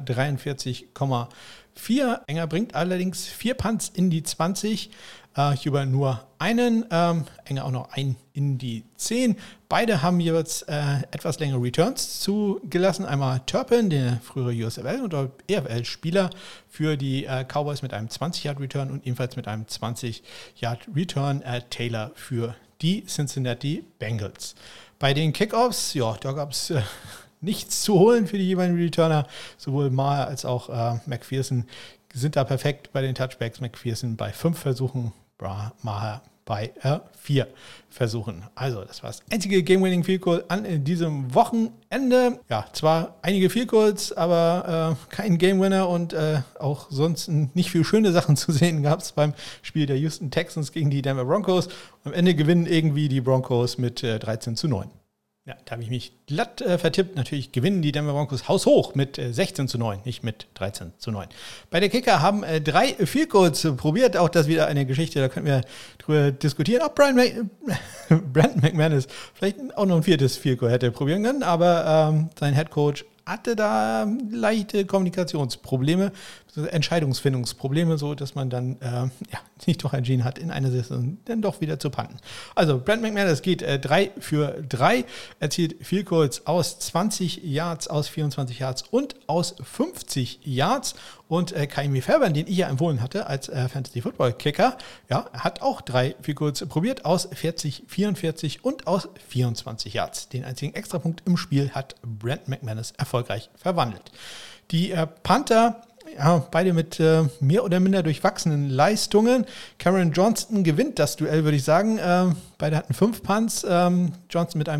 43,4. Enger bringt allerdings 4 Punts in die 20, Huber nur einen, Enger auch noch einen in die 10. Beide haben jeweils etwas längere Returns zugelassen. Einmal Turpin, der frühere USFL- und EFL-Spieler für die Cowboys mit einem 20-Yard-Return und ebenfalls mit einem 20-Yard-Return Taylor für die Cincinnati Bengals. Bei den Kickoffs, da gab es nichts zu holen für die jeweiligen Returner. Sowohl Maher als auch McPherson sind da perfekt bei den Touchbacks. McPherson bei 5 Versuchen, Maher bei 4 Versuchen. Also das war das einzige Game-Winning Field Goal an diesem Wochenende. Ja, zwar einige Field Goals, aber kein Game-Winner und auch sonst nicht viel schöne Sachen zu sehen gab es beim Spiel der Houston Texans gegen die Denver Broncos. Am Ende gewinnen irgendwie die Broncos mit 13-9. Ja, da habe ich mich glatt vertippt. Natürlich gewinnen die Denver Broncos haushoch mit 16-9, nicht mit 13-9. Bei der Kicker haben 3 Field Goals probiert. Auch das wieder eine Geschichte, da können wir drüber diskutieren, ob Brandon McManus vielleicht auch noch ein 4. Field Goal hätte probieren können. Aber sein Headcoach hatte da leichte Kommunikationsprobleme, Entscheidungsfindungsprobleme, so dass man dann sich doch entschieden hat, in einer Saison dann doch wieder zu punten. Also Brent McManus geht 3 für 3, erzielt Field Goals aus 20 Yards, aus 24 Yards und aus 50 Yards. Und Kaimi Fairbairn, den ich ja empfohlen hatte als Fantasy-Football-Kicker, hat auch 3 Field Goals probiert, aus 40, 44 und aus 24 Yards. Den einzigen Extrapunkt im Spiel hat Brent McManus erfolgreich verwandelt. Die Panther, beide mit mehr oder minder durchwachsenen Leistungen. Cameron Johnston gewinnt das Duell, würde ich sagen. Beide hatten 5 Punts. Johnston mit einem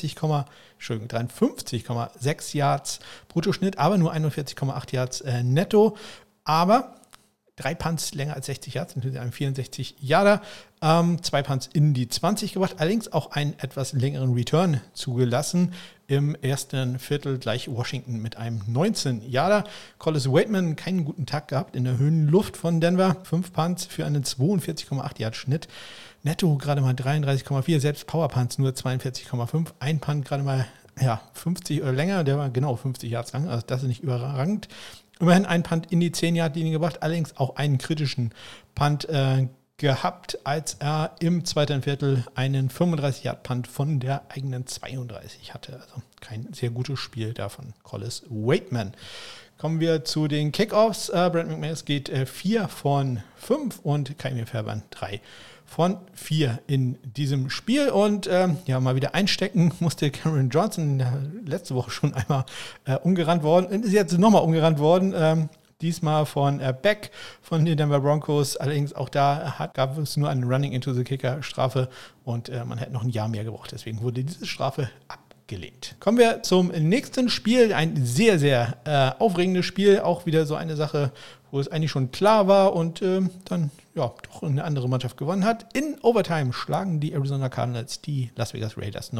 53,6 Yards Bruttoschnitt, aber nur 41,8 Yards netto. Aber 3 Punts länger als 60 Yards, natürlich einem 64 Yarder. 2 Punts in die 20 gebracht, allerdings auch einen etwas längeren Return zugelassen. Im ersten Viertel gleich Washington mit einem 19 Yarder. Collis Waitman keinen guten Tag gehabt in der Höhenluft von Denver. 5 Punts für einen 42,8 Yard Schnitt. Netto gerade mal 33,4, selbst Power Punts nur 42,5. Ein Punt gerade mal 50 oder länger, der war genau 50 Yards lang, also das ist nicht überragend. Immerhin ein Punt in die 10-Yard-Linie gebracht, allerdings auch einen kritischen Punt gehabt, als er im zweiten Viertel einen 35-Yard-Punt von der eigenen 32 hatte. Also kein sehr gutes Spiel da von Collis Waitman. Kommen wir zu den Kickoffs. Brent McManus geht 4 von 5 und Kaimi Fairbairn 3 von 4 in diesem Spiel. Und mal wieder einstecken musste Cameron Johnston, letzte Woche schon einmal umgerannt worden und ist jetzt nochmal umgerannt worden. Diesmal von Beck von den Denver Broncos. Allerdings auch da gab es nur eine Running into the Kicker Strafe und man hätte noch ein Jahr mehr gebraucht. Deswegen wurde diese Strafe abgelehnt. Kommen wir zum nächsten Spiel. Ein sehr, sehr aufregendes Spiel. Auch wieder so eine Sache, wo es eigentlich schon klar war und dann ja doch eine andere Mannschaft gewonnen hat. In Overtime schlagen die Arizona Cardinals die Las Vegas Raiders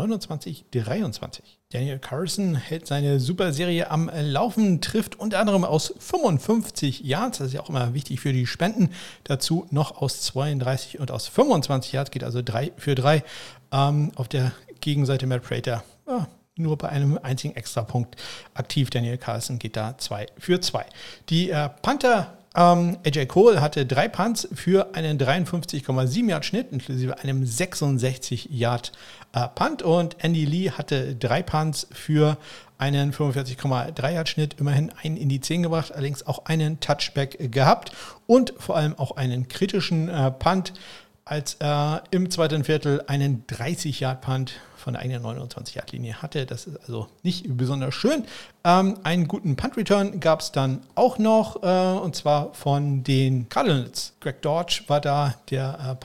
29-23. Daniel Carlson hält seine Superserie am Laufen, trifft unter anderem aus 55 Yards, das ist ja auch immer wichtig für die Spenden, dazu noch aus 32 und aus 25 Yards, geht also 3 für 3. Auf der Gegenseite Matt Prater, nur bei einem einzigen Extrapunkt aktiv. Daniel Carlson geht da 2 für 2. Die Panther AJ Cole hatte 3 Punts für einen 53,7 Yard Schnitt, inklusive einem 66 Yard Punt, und Andy Lee hatte 3 Punts für einen 45,3 Yard Schnitt, immerhin einen in die 10 gebracht, allerdings auch einen Touchback gehabt und vor allem auch einen kritischen Punt, als er im zweiten Viertel einen 30 Yard Punt von der eigenen 29-Yard-Linie hatte. Das ist also nicht besonders schön. Einen guten Punt-Return gab es dann auch noch, und zwar von den Cardinals. Greg Dortch war da, der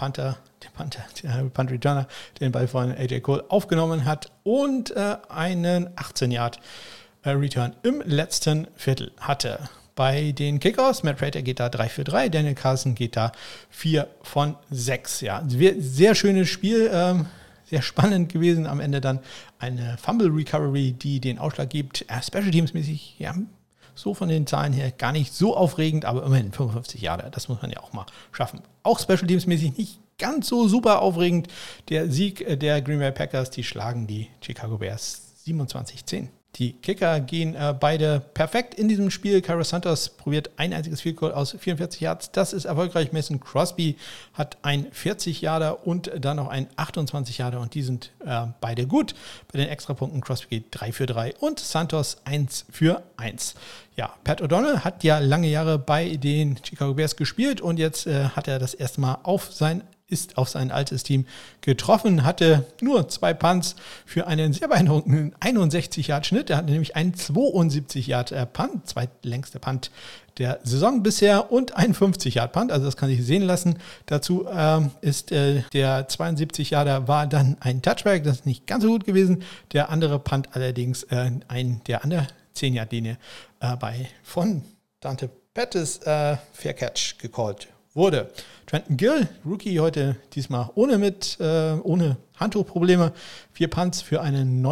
Punt-Returner, der den Ball von AJ Cole aufgenommen hat und einen 18-Yard-Return im letzten Viertel hatte. Bei den Kickers, Matt Prater geht da 3 für 3, Daniel Carlson geht da 4 von 6. Ja, sehr schönes Spiel, sehr spannend gewesen. Am Ende dann eine Fumble Recovery, die den Ausschlag gibt. Special Teams mäßig, ja, so von den Zahlen her gar nicht so aufregend, aber immerhin 55 Jahre, das muss man ja auch mal schaffen. Auch Special Teams mäßig nicht ganz so super aufregend. Der Sieg der Green Bay Packers, die schlagen die Chicago Bears 27-10. Die Kicker gehen beide perfekt in diesem Spiel. Cairo Santos probiert ein einziges Field Goal aus 44 Yards. Das ist erfolgreich. Mason Crosby hat ein 40-Yarder und dann noch ein 28-Yarder und die sind beide gut. Bei den Extrapunkten Crosby geht 3 für 3 und Santos 1 für 1. Ja, Pat O'Donnell hat ja lange Jahre bei den Chicago Bears gespielt und jetzt hat er das erste Mal auf sein altes Team getroffen, hatte nur 2 Punts für einen sehr beeindruckenden 61-Yard-Schnitt. Er hatte nämlich einen 72-Yard-Punt, zweitlängster Punt der Saison bisher und einen 50-Yard-Punt, also das kann sich sehen lassen. Dazu ist der 72-Yarder war dann ein Touchback, das ist nicht ganz so gut gewesen. Der andere Punt allerdings der an der 10-Yard-Linie von Dante Pettis Fair Catch gecallt wurde. Trenton Gill, Rookie heute diesmal ohne Handtuchprobleme. 4 Punts für einen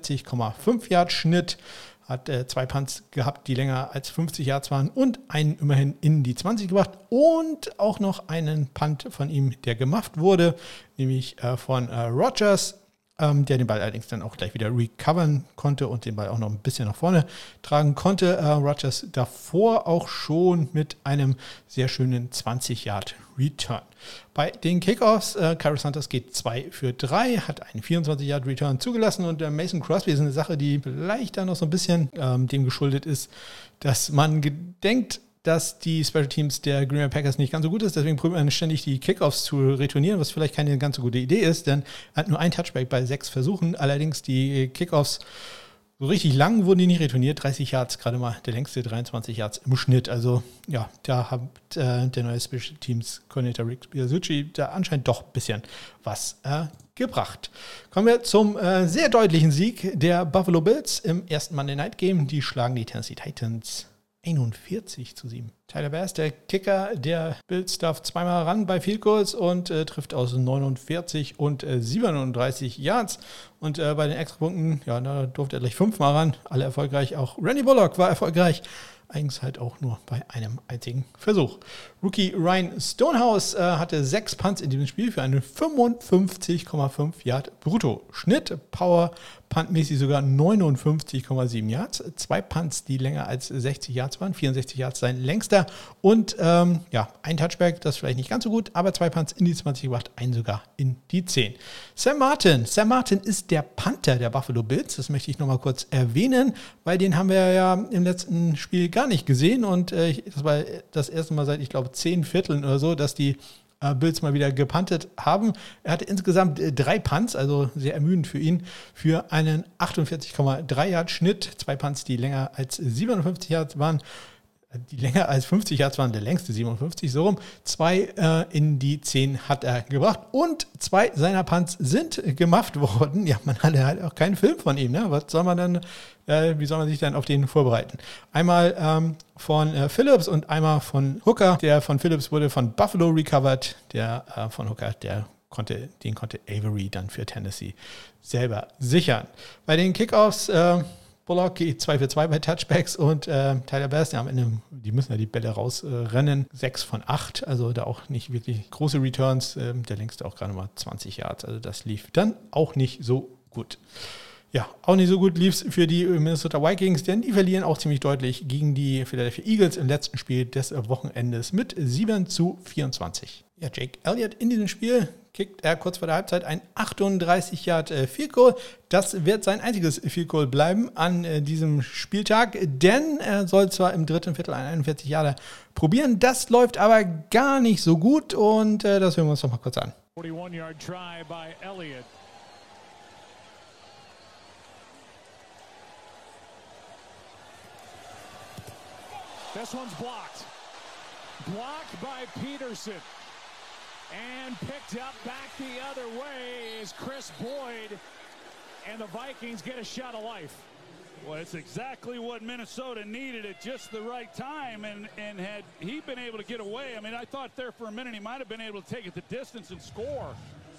49,5 Yard Schnitt. Hat 2 Punts gehabt, die länger als 50 Yards waren und einen immerhin in die 20 gebracht und auch noch einen Punt von ihm, der gemufft wurde, nämlich von Rodgers, der den Ball allerdings dann auch gleich wieder recovern konnte und den Ball auch noch ein bisschen nach vorne tragen konnte. Rodgers davor auch schon mit einem sehr schönen 20-Yard-Return. Bei den Kickoffs, Cairo Santos geht 2 für 3, hat einen 24-Yard-Return zugelassen und Mason Crosby ist eine Sache, die vielleicht da noch so ein bisschen dem geschuldet ist, dass man gedenkt, dass die Special Teams der Green Bay Packers nicht ganz so gut ist. Deswegen probiert man ständig die Kickoffs zu retournieren, was vielleicht keine ganz so gute Idee ist, denn er hat nur ein Touchback bei 6 Versuchen. Allerdings die Kickoffs so richtig lang wurden die nicht retourniert. 30 Yards, gerade mal der längste, 23 Yards im Schnitt. Also ja, da hat der neue Special Teams Coordinator Rick Biasucci da anscheinend doch ein bisschen was gebracht. Kommen wir zum sehr deutlichen Sieg der Buffalo Bills im ersten Monday Night Game. Die schlagen die Tennessee Titans 41-7. Tyler Bass, der Kicker der Bills, darf zweimal ran bei Field Goals und trifft aus 49 und 37 Yards. Und bei den Extrapunkten, ja, da durfte er gleich 5-mal ran. Alle erfolgreich. Auch Randy Bullock war erfolgreich. Eigentlich halt auch nur bei einem einzigen Versuch. Rookie Ryan Stonehouse hatte 6 Punts in diesem Spiel für einen 55,5 Yard brutto Schnitt. Power puntmäßig sogar 59,7 Yards. 2 Punts, die länger als 60 Yards waren. 64 Yards sein längster. Und ein Touchback, das vielleicht nicht ganz so gut, aber 2 Punts in die 20 gebracht, einen sogar in die 10. Sam Martin ist der Panther der Buffalo Bills. Das möchte ich nochmal kurz erwähnen, weil den haben wir ja im letzten Spiel gar nicht gesehen. Und das war das erste Mal seit, ich glaube, 10 Vierteln oder so, dass die Bills mal wieder gepuntet haben. Er hatte insgesamt 3 Punts, also sehr ermüdend für ihn, für einen 48,3 Yard Schnitt. 2 Punts, die länger als 57 Yards waren. die länger als 50 Yards waren, der längste 57, so rum. 2 in die 10 hat er gebracht und 2 seiner Punts sind gemufft worden. Ja, man hatte halt auch keinen Film von ihm, ne? Was soll man dann, wie soll man sich dann auf den vorbereiten? Einmal von Phillips und einmal von Hooker. Der von Phillips wurde von Buffalo recovered, der von Hooker, den konnte Avery dann für Tennessee selber sichern. Bei den Kickoffs, Bullock geht 2 für 2 bei Touchbacks und Tyler Bass, am Ende, die müssen ja die Bälle rausrennen. 6 von 8, also da auch nicht wirklich große Returns. Der längste auch gerade mal 20 Yards, also das lief dann auch nicht so gut. Ja, auch nicht so gut lief es für die Minnesota Vikings, denn die verlieren auch ziemlich deutlich gegen die Philadelphia Eagles im letzten Spiel des Wochenendes mit 7-24. Ja, Jake Elliott in diesem Spiel kickt er kurz vor der Halbzeit ein 38 Yard Field Goal. Das wird sein einziges Field Goal bleiben an diesem Spieltag, denn er soll zwar im dritten Viertel einen 41 Yarder probieren, das läuft aber gar nicht so gut und das hören wir uns noch mal kurz an. 41-yard try by Elliott. This one's blocked. Blocked by Peterson. And picked up back the other way is Chris Boyd. And the Vikings get a shot of life. Well, it's exactly what Minnesota needed at just the right time. And had he been able to get away, I mean, I thought there for a minute he might have been able to take it the distance and score.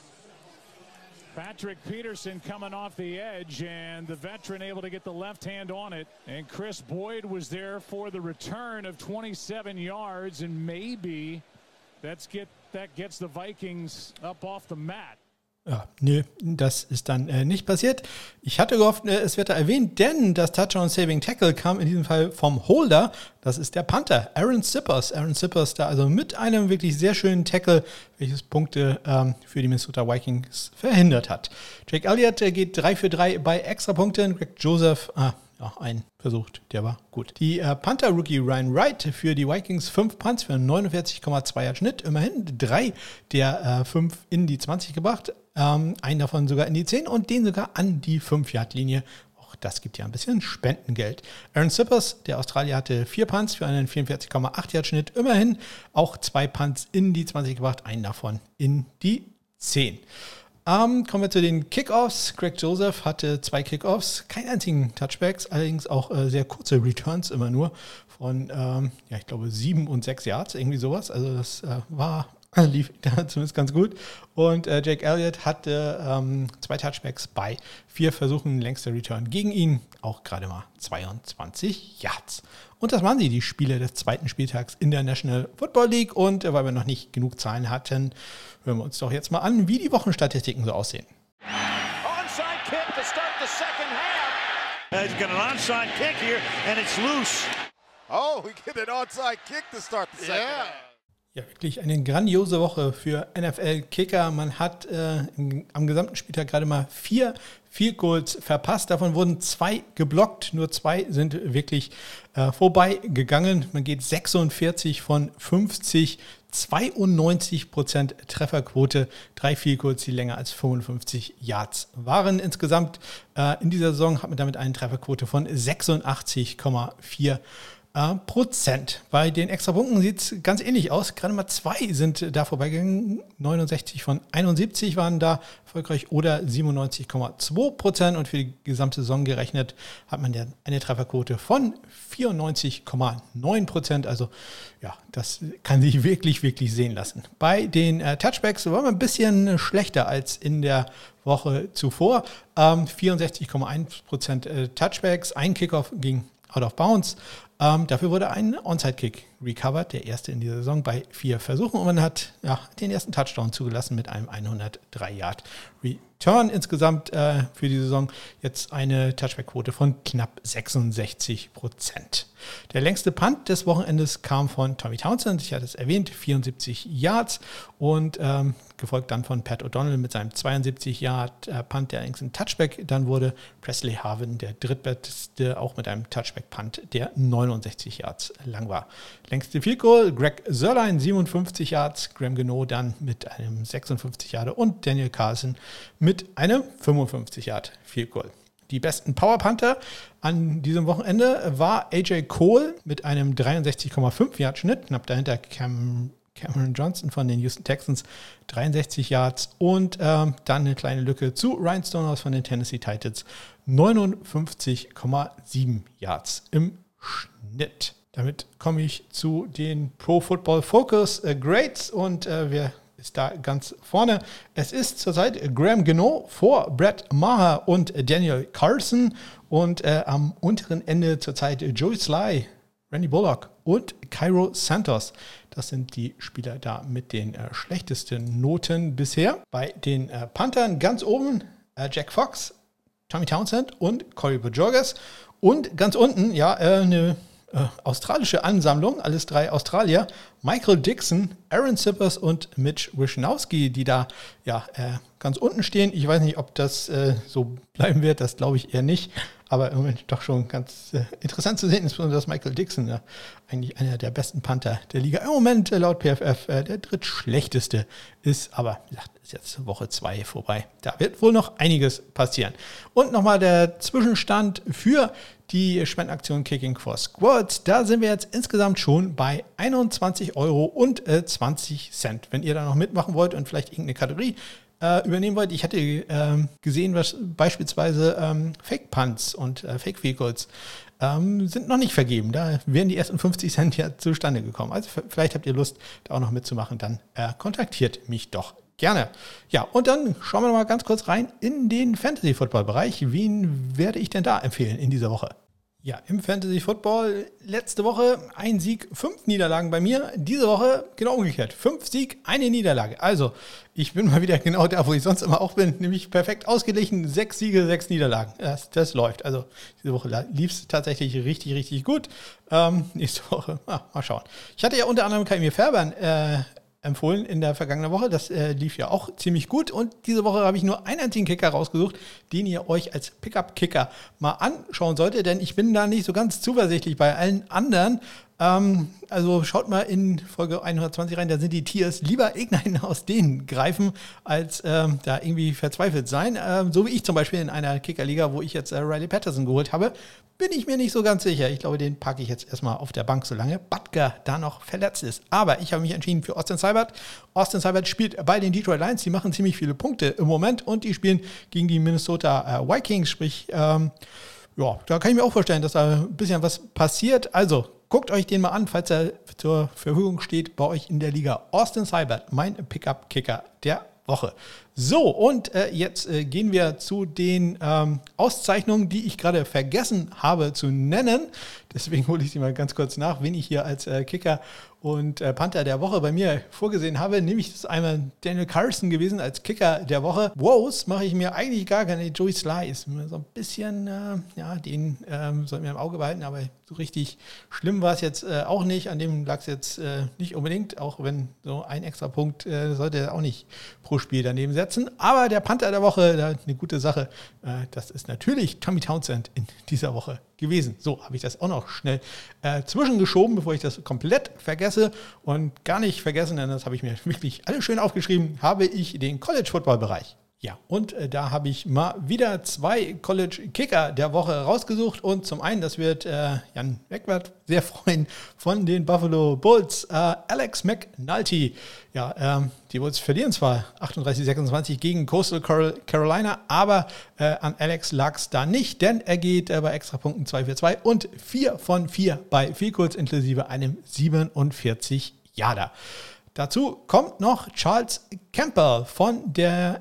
Patrick Peterson coming off the edge, and the veteran able to get the left hand on it. And Chris Boyd was there for the return of 27 yards, and maybe that gets the Vikings up off the mat. Ja, nö, das ist dann nicht passiert. Ich hatte gehofft, es wird da erwähnt, denn das Touchdown-Saving-Tackle kam in diesem Fall vom Holder. Das ist der Panther, Aaron Sippers. Aaron Sippers da also mit einem wirklich sehr schönen Tackle, welches Punkte für die Minnesota Vikings verhindert hat. Jake Elliott geht 3 für 3 bei Extrapunkten. Greg Joseph, einen versucht, der war gut. Die Panther-Rookie Ryan Wright für die Vikings 5 Punts für einen 49,2 Yard Schnitt. Immerhin 3 der 5 in die 20 gebracht. Einen davon sogar in die 10 und den sogar an die 5-Yard-Linie. Auch das gibt ja ein bisschen Spendengeld. Aaron Sippers, der Australier, hatte 4 Punts für einen 44,8 Yard Schnitt. Immerhin auch 2 Punts in die 20 gebracht, einen davon in die 10. Kommen wir zu den Kickoffs. Greg Joseph hatte 2 Kickoffs, keinen einzigen Touchbacks, allerdings auch sehr kurze Returns immer nur von, ich glaube 7 und 6 Yards, irgendwie sowas. Also das lief da zumindest ganz gut. Und Jake Elliott hatte 2 Touchbacks bei 4 Versuchen, längster Return gegen ihn, auch gerade mal 22 Yards. Und das waren sie, die Spiele des zweiten Spieltags in der National Football League. Und weil wir noch nicht genug Zahlen hatten, hören wir uns doch jetzt mal an, wie die Wochenstatistiken so aussehen. Onside kick to start the second half. He's got an onside kick here and it's loose. Oh, we get an onside kick to start the second half. Ja, wirklich eine grandiose Woche für NFL-Kicker. Man hat am gesamten Spieltag gerade mal 4 Field Goals verpasst. Davon wurden 2 geblockt. Nur 2 sind wirklich vorbeigegangen. Man geht 46 von 50, 92% Trefferquote. 3 Field Goals, die länger als 55 Yards waren. Insgesamt in dieser Saison hat man damit eine Trefferquote von 86,4%. Bei den Extrapunkten sieht es ganz ähnlich aus. Gerade mal 2 sind da vorbeigegangen. 69 von 71 waren da erfolgreich oder 97,2%. Und für die gesamte Saison gerechnet hat man ja eine Trefferquote von 94,9%. Also ja, das kann sich wirklich, wirklich sehen lassen. Bei den Touchbacks war man ein bisschen schlechter als in der Woche zuvor. 64,1% Touchbacks, ein Kickoff ging out of bounds. Dafür wurde ein Onside-Kick recovered, der erste in dieser Saison bei 4 Versuchen. Und man hat den ersten Touchdown zugelassen mit einem 103-Yard-Return. Insgesamt für die Saison jetzt eine Touchback-Quote von knapp 66%. Der längste Punt des Wochenendes kam von Tommy Townsend, ich hatte es erwähnt, 74 Yards. Und gefolgt dann von Pat O'Donnell mit seinem 72-Yard-Punt, der allerdings ein Touchback dann wurde. Presley Harvin, der drittbeste, auch mit einem Touchback-Punt, der 69 Yards lang war. Längste Field Goal, Greg Zuerlein, 57 Yards, Graham Gano dann mit einem 56 Yarder und Daniel Carlson mit einem 55 Yard Field Goal. Die besten Power Panther an diesem Wochenende war AJ Cole mit einem 63,5 Yard Schnitt, knapp dahinter Cameron Johnson von den Houston Texans, 63 Yards und dann eine kleine Lücke zu Ryan Stonehouse von den Tennessee Titans, 59,7 Yards im Schnitt. Damit komme ich zu den Pro Football Focus Grades und wer ist da ganz vorne? Es ist zurzeit Graham Gano vor Brett Maher und Daniel Carlson und am unteren Ende zurzeit Joey Sly, Randy Bullock und Cairo Santos. Das sind die Spieler da mit den schlechtesten Noten bisher. Bei den Panthern ganz oben Jack Fox, Tommy Townsend und Corey Bojorges. Und ganz unten, eine australische Ansammlung, alles 3 Australier, Michael Dixon, Aaron Sippers und Mitch Wishnowsky, die da ganz unten stehen. Ich weiß nicht, ob das so bleiben wird, das glaube ich eher nicht, aber im Moment doch schon ganz interessant zu sehen, insbesondere dass Michael Dixon eigentlich einer der besten Panther der Liga im Moment laut PFF der drittschlechteste ist, aber wie gesagt, ist jetzt Woche 2 vorbei. Da wird wohl noch einiges passieren. Und nochmal der Zwischenstand für die Spendenaktion Kicking for Squads. Da sind wir jetzt insgesamt schon bei 21,20 €. Wenn ihr da noch mitmachen wollt und vielleicht irgendeine Kategorie übernehmen wollt. Ich hatte gesehen, was beispielsweise Fake Punts und Fake Field Goals sind noch nicht vergeben. Da wären die ersten 50 Cent ja zustande gekommen. Also vielleicht habt ihr Lust, da auch noch mitzumachen. Dann kontaktiert mich doch gerne. Ja, und dann schauen wir noch mal ganz kurz rein in den Fantasy-Football-Bereich. Wen werde ich denn da empfehlen in dieser Woche? Ja, im Fantasy-Football letzte Woche 1 Sieg, 5 Niederlagen bei mir. Diese Woche genau umgekehrt. 5 Sieg, 1 Niederlage. Also, ich bin mal wieder genau da, wo ich sonst immer auch bin, nämlich perfekt ausgeglichen. 6 Siege, 6 Niederlagen. Das läuft. Also, diese Woche lief es tatsächlich richtig, richtig gut. Nächste Woche, mal schauen. Ich hatte ja unter anderem Kaimir Fairbairn empfohlen in der vergangenen Woche. Das lief ja auch ziemlich gut. Und diese Woche habe ich nur einen einzigen Kicker rausgesucht, den ihr euch als Pickup-Kicker mal anschauen solltet, denn ich bin da nicht so ganz zuversichtlich bei allen anderen. Also schaut mal in Folge 120 rein, da sind die Tiers lieber irgendeinen aus denen greifen, als da irgendwie verzweifelt sein. So wie ich zum Beispiel in einer Kickerliga, wo ich jetzt Riley Patterson geholt habe, bin ich mir nicht so ganz sicher. Ich glaube, den packe ich jetzt erstmal auf der Bank, solange Butker da noch verletzt ist. Aber ich habe mich entschieden für Austin Seibert. Austin Seibert spielt bei den Detroit Lions, die machen ziemlich viele Punkte im Moment und die spielen gegen die Minnesota Vikings, sprich, da kann ich mir auch vorstellen, dass da ein bisschen was passiert. Also, guckt euch den mal an, falls er zur Verfügung steht bei euch in der Liga. Austin Seibert, mein Pickup-Kicker der Woche. So, und jetzt gehen wir zu den Auszeichnungen, die ich gerade vergessen habe zu nennen. Deswegen hole ich sie mal ganz kurz nach, wen ich hier als Kicker und Panther der Woche bei mir vorgesehen habe. Nämlich ist einmal Daniel Carlson gewesen als Kicker der Woche. Wows mache ich mir eigentlich gar keine. Joey Sly ist mir so ein bisschen, den sollten wir im Auge behalten, aber so richtig schlimm war es jetzt auch nicht. An dem lag es jetzt nicht unbedingt, auch wenn so ein extra Punkt sollte er auch nicht pro Spiel daneben setzen. Aber der Panther der Woche, eine gute Sache, das ist natürlich Tommy Townsend in dieser Woche gewesen. So, habe ich das auch noch schnell zwischengeschoben, bevor ich das komplett vergesse. Und gar nicht vergessen, denn das habe ich mir wirklich alles schön aufgeschrieben, habe ich den College-Football-Bereich. Ja, und da habe ich mal wieder 2 College-Kicker der Woche rausgesucht. Und zum einen, das wird Jan Wegwert sehr freuen, von den Buffalo Bulls, Alex McNulty. Ja, die Bulls verlieren zwar 38-26 gegen Coastal Carolina, aber an Alex lag es da nicht, denn er geht bei Extrapunkten 2 für 2 und 4 von 4 bei Field Goals inklusive einem 47-Yarder. Dazu kommt noch Charles Campbell von den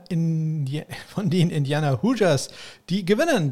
Indiana Hoosiers. Die gewinnen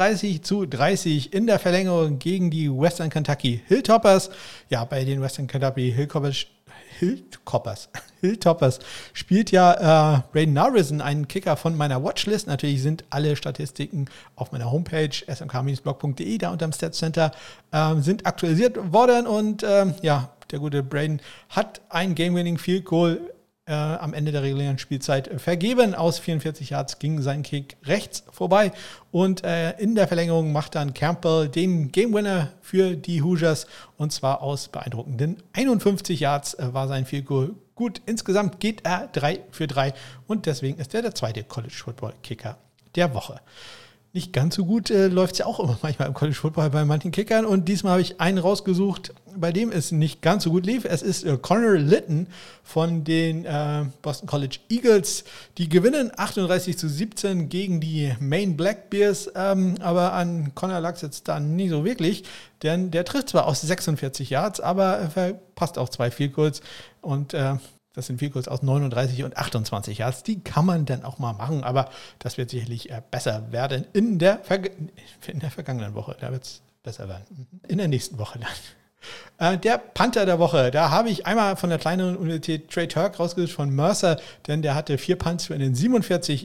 33-30 in der Verlängerung gegen die Western Kentucky Hilltoppers. Ja, bei den Western Kentucky Hilltoppers spielt ja Braden Narrison, einen Kicker von meiner Watchlist. Natürlich sind alle Statistiken auf meiner Homepage smk-blog.de, da unterm Stats Center, sind aktualisiert worden und der gute Braden hat ein Game-Winning Field Goal am Ende der regulären Spielzeit vergeben. Aus 44 Yards ging sein Kick rechts vorbei und in der Verlängerung macht dann Campbell den Game-Winner für die Hoosiers und zwar aus beeindruckenden 51 Yards war sein Field Goal gut. Insgesamt geht er 3 für 3 und deswegen ist er der zweite College-Football-Kicker der Woche. nicht ganz so gut läuft es ja auch immer manchmal im College Football bei manchen Kickern. Und diesmal habe ich einen rausgesucht, bei dem es nicht ganz so gut lief. Es ist Connor Litton von den Boston College Eagles. Die gewinnen 38-17 gegen die Maine Black Bears. Aber an Connor lag es jetzt dann nie so wirklich. Denn der trifft zwar aus 46 Yards, aber er verpasst auch 2 Field Goals. Und das sind Field Goals aus 39 und 28 Yards. Die kann man dann auch mal machen, aber das wird sicherlich besser werden in der vergangenen Woche. Da wird es besser werden. In der nächsten Woche dann. Der Panther der Woche, da habe ich einmal von der kleineren Universität Trey Turk rausgesucht von Mercer, denn der hatte 4 Punts für einen 57,5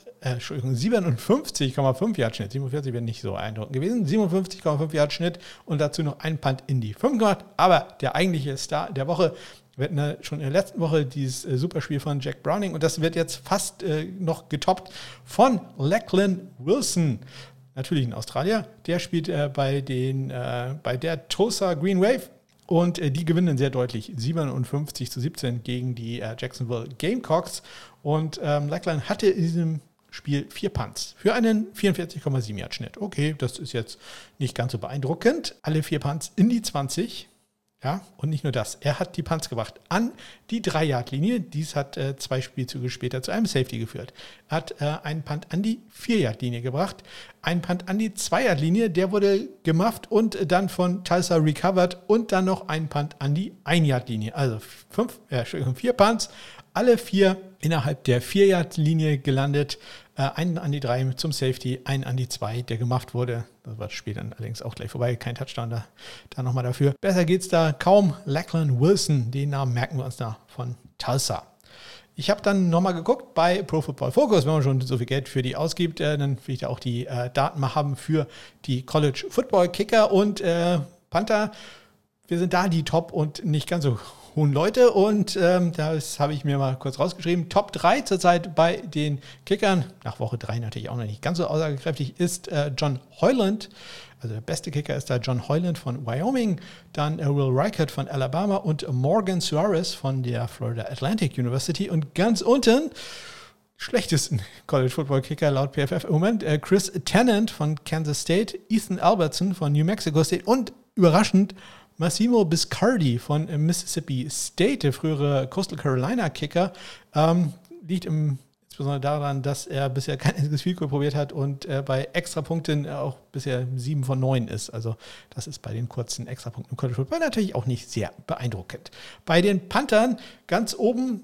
Yard Schnitt. 47 wäre nicht so eindruckend gewesen. 57,5 Yard Schnitt und dazu noch einen Punt in die 5 gemacht. Aber der eigentliche Star der Woche, wir hatten schon in der letzten Woche dieses Superspiel von Jack Browning und das wird jetzt fast noch getoppt von Lachlan Wilson. Natürlich ein Australier. Der spielt bei der Tulsa Green Wave und die gewinnen sehr deutlich 57-17 gegen die Jacksonville Gamecocks. Und Lachlan hatte in diesem Spiel 4 Punts für einen 44,7 Yard Schnitt. Okay, das ist jetzt nicht ganz so beeindruckend. Alle 4 Punts in die 20. Ja, und nicht nur das. Er hat die Punts gebracht an die 3-Yard-Linie. Dies hat 2 Spielzüge später zu einem Safety geführt. Er hat einen Punt an die 4-Yard-Linie gebracht. Einen Punt an die 2-Yard-Linie. Der wurde gemufft und dann von Tulsa recovered. Und dann noch einen Punt an die 1-Yard-Linie. Also 4 Punts. Alle 4 innerhalb der 4-Yard-Linie gelandet. Einen an die 3 zum Safety, einen an die 2, der gemufft wurde. Das war das Spiel dann allerdings auch gleich vorbei. Kein Touchdown da nochmal dafür. Besser geht's da kaum. Lachlan Wilson, den Namen merken wir uns da von Tulsa. Ich habe dann nochmal geguckt bei Pro Football Focus, wenn man schon so viel Geld für die ausgibt, dann will ich da auch die Daten mal haben für die College Football Kicker und Panther. Wir sind da die Top und nicht ganz so hohen Leute und das habe ich mir mal kurz rausgeschrieben. Top 3 zurzeit bei den Kickern, nach Woche 3 natürlich auch noch nicht ganz so aussagekräftig, ist John Hoyland. Also der beste Kicker ist da John Hoyland von Wyoming, dann Will Reichert von Alabama und Morgan Suarez von der Florida Atlantic University. Und ganz unten, schlechtesten College Football Kicker laut PFF im Moment, Chris Tennant von Kansas State, Ethan Albertson von New Mexico State und überraschend Massimo Biscardi von Mississippi State, der frühere Coastal Carolina Kicker, liegt insbesondere daran, dass er bisher kein einziges Field Goal probiert hat und bei Extrapunkten auch bisher 7 von 9 ist. Also das ist bei den kurzen Extrapunkten im College Football natürlich auch nicht sehr beeindruckend. Bei den Panthern ganz oben,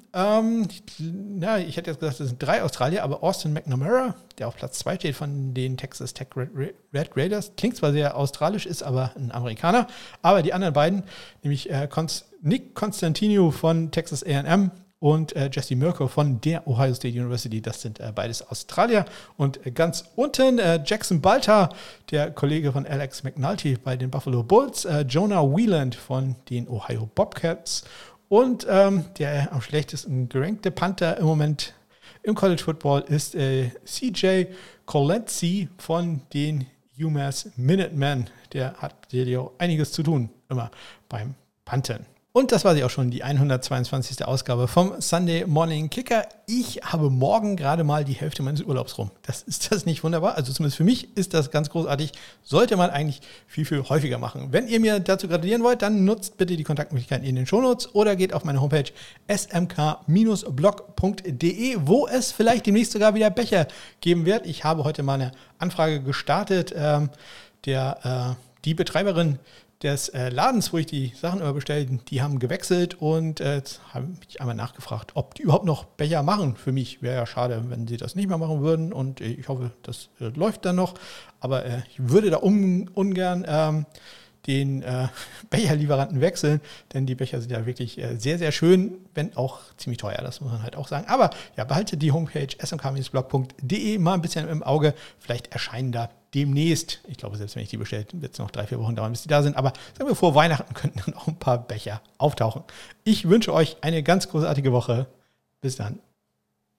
ich hätte jetzt gesagt, das sind 3 Australier, aber Austin McNamara, der auf Platz 2 steht von den Texas Tech Red Raiders, klingt zwar sehr australisch, ist aber ein Amerikaner, aber die anderen beiden, nämlich Nick Constantino von Texas A&M und Jesse Mirko von der Ohio State University, das sind beides Australier. Und ganz unten Jackson Balta, der Kollege von Alex McNulty bei den Buffalo Bulls, Jonah Wieland von den Ohio Bobcats und der am schlechtesten gerankte Panther im Moment im College Football ist CJ Colenzi von den UMass Minutemen. Der hat ja auch einiges zu tun, immer beim Pantern. Und das war sie auch schon, die 122. Ausgabe vom Sunday Morning Kicker. Ich habe morgen gerade mal die Hälfte meines Urlaubs rum. Ist das nicht wunderbar? Also zumindest für mich ist das ganz großartig. Sollte man eigentlich viel, viel häufiger machen. Wenn ihr mir dazu gratulieren wollt, dann nutzt bitte die Kontaktmöglichkeiten in den Shownotes oder geht auf meine Homepage smk-blog.de, wo es vielleicht demnächst sogar wieder Becher geben wird. Ich habe heute mal eine Anfrage gestartet. Die Betreiberin des Ladens, wo ich die Sachen immer bestelle, die haben gewechselt und jetzt habe ich einmal nachgefragt, ob die überhaupt noch Becher machen. Für mich wäre ja schade, wenn sie das nicht mehr machen würden und ich hoffe, das läuft dann noch. Aber ich würde da ungern den Becherlieferanten wechseln, denn die Becher sind ja wirklich sehr, sehr schön, wenn auch ziemlich teuer, das muss man halt auch sagen. Aber ja, behaltet die Homepage smk-blog.de mal ein bisschen im Auge, vielleicht erscheinen da demnächst, ich glaube, selbst wenn ich die bestelle, wird es noch 3-4 Wochen dauern, bis die da sind, aber sagen wir, vor Weihnachten könnten dann auch ein paar Becher auftauchen. Ich wünsche euch eine ganz großartige Woche. Bis dann.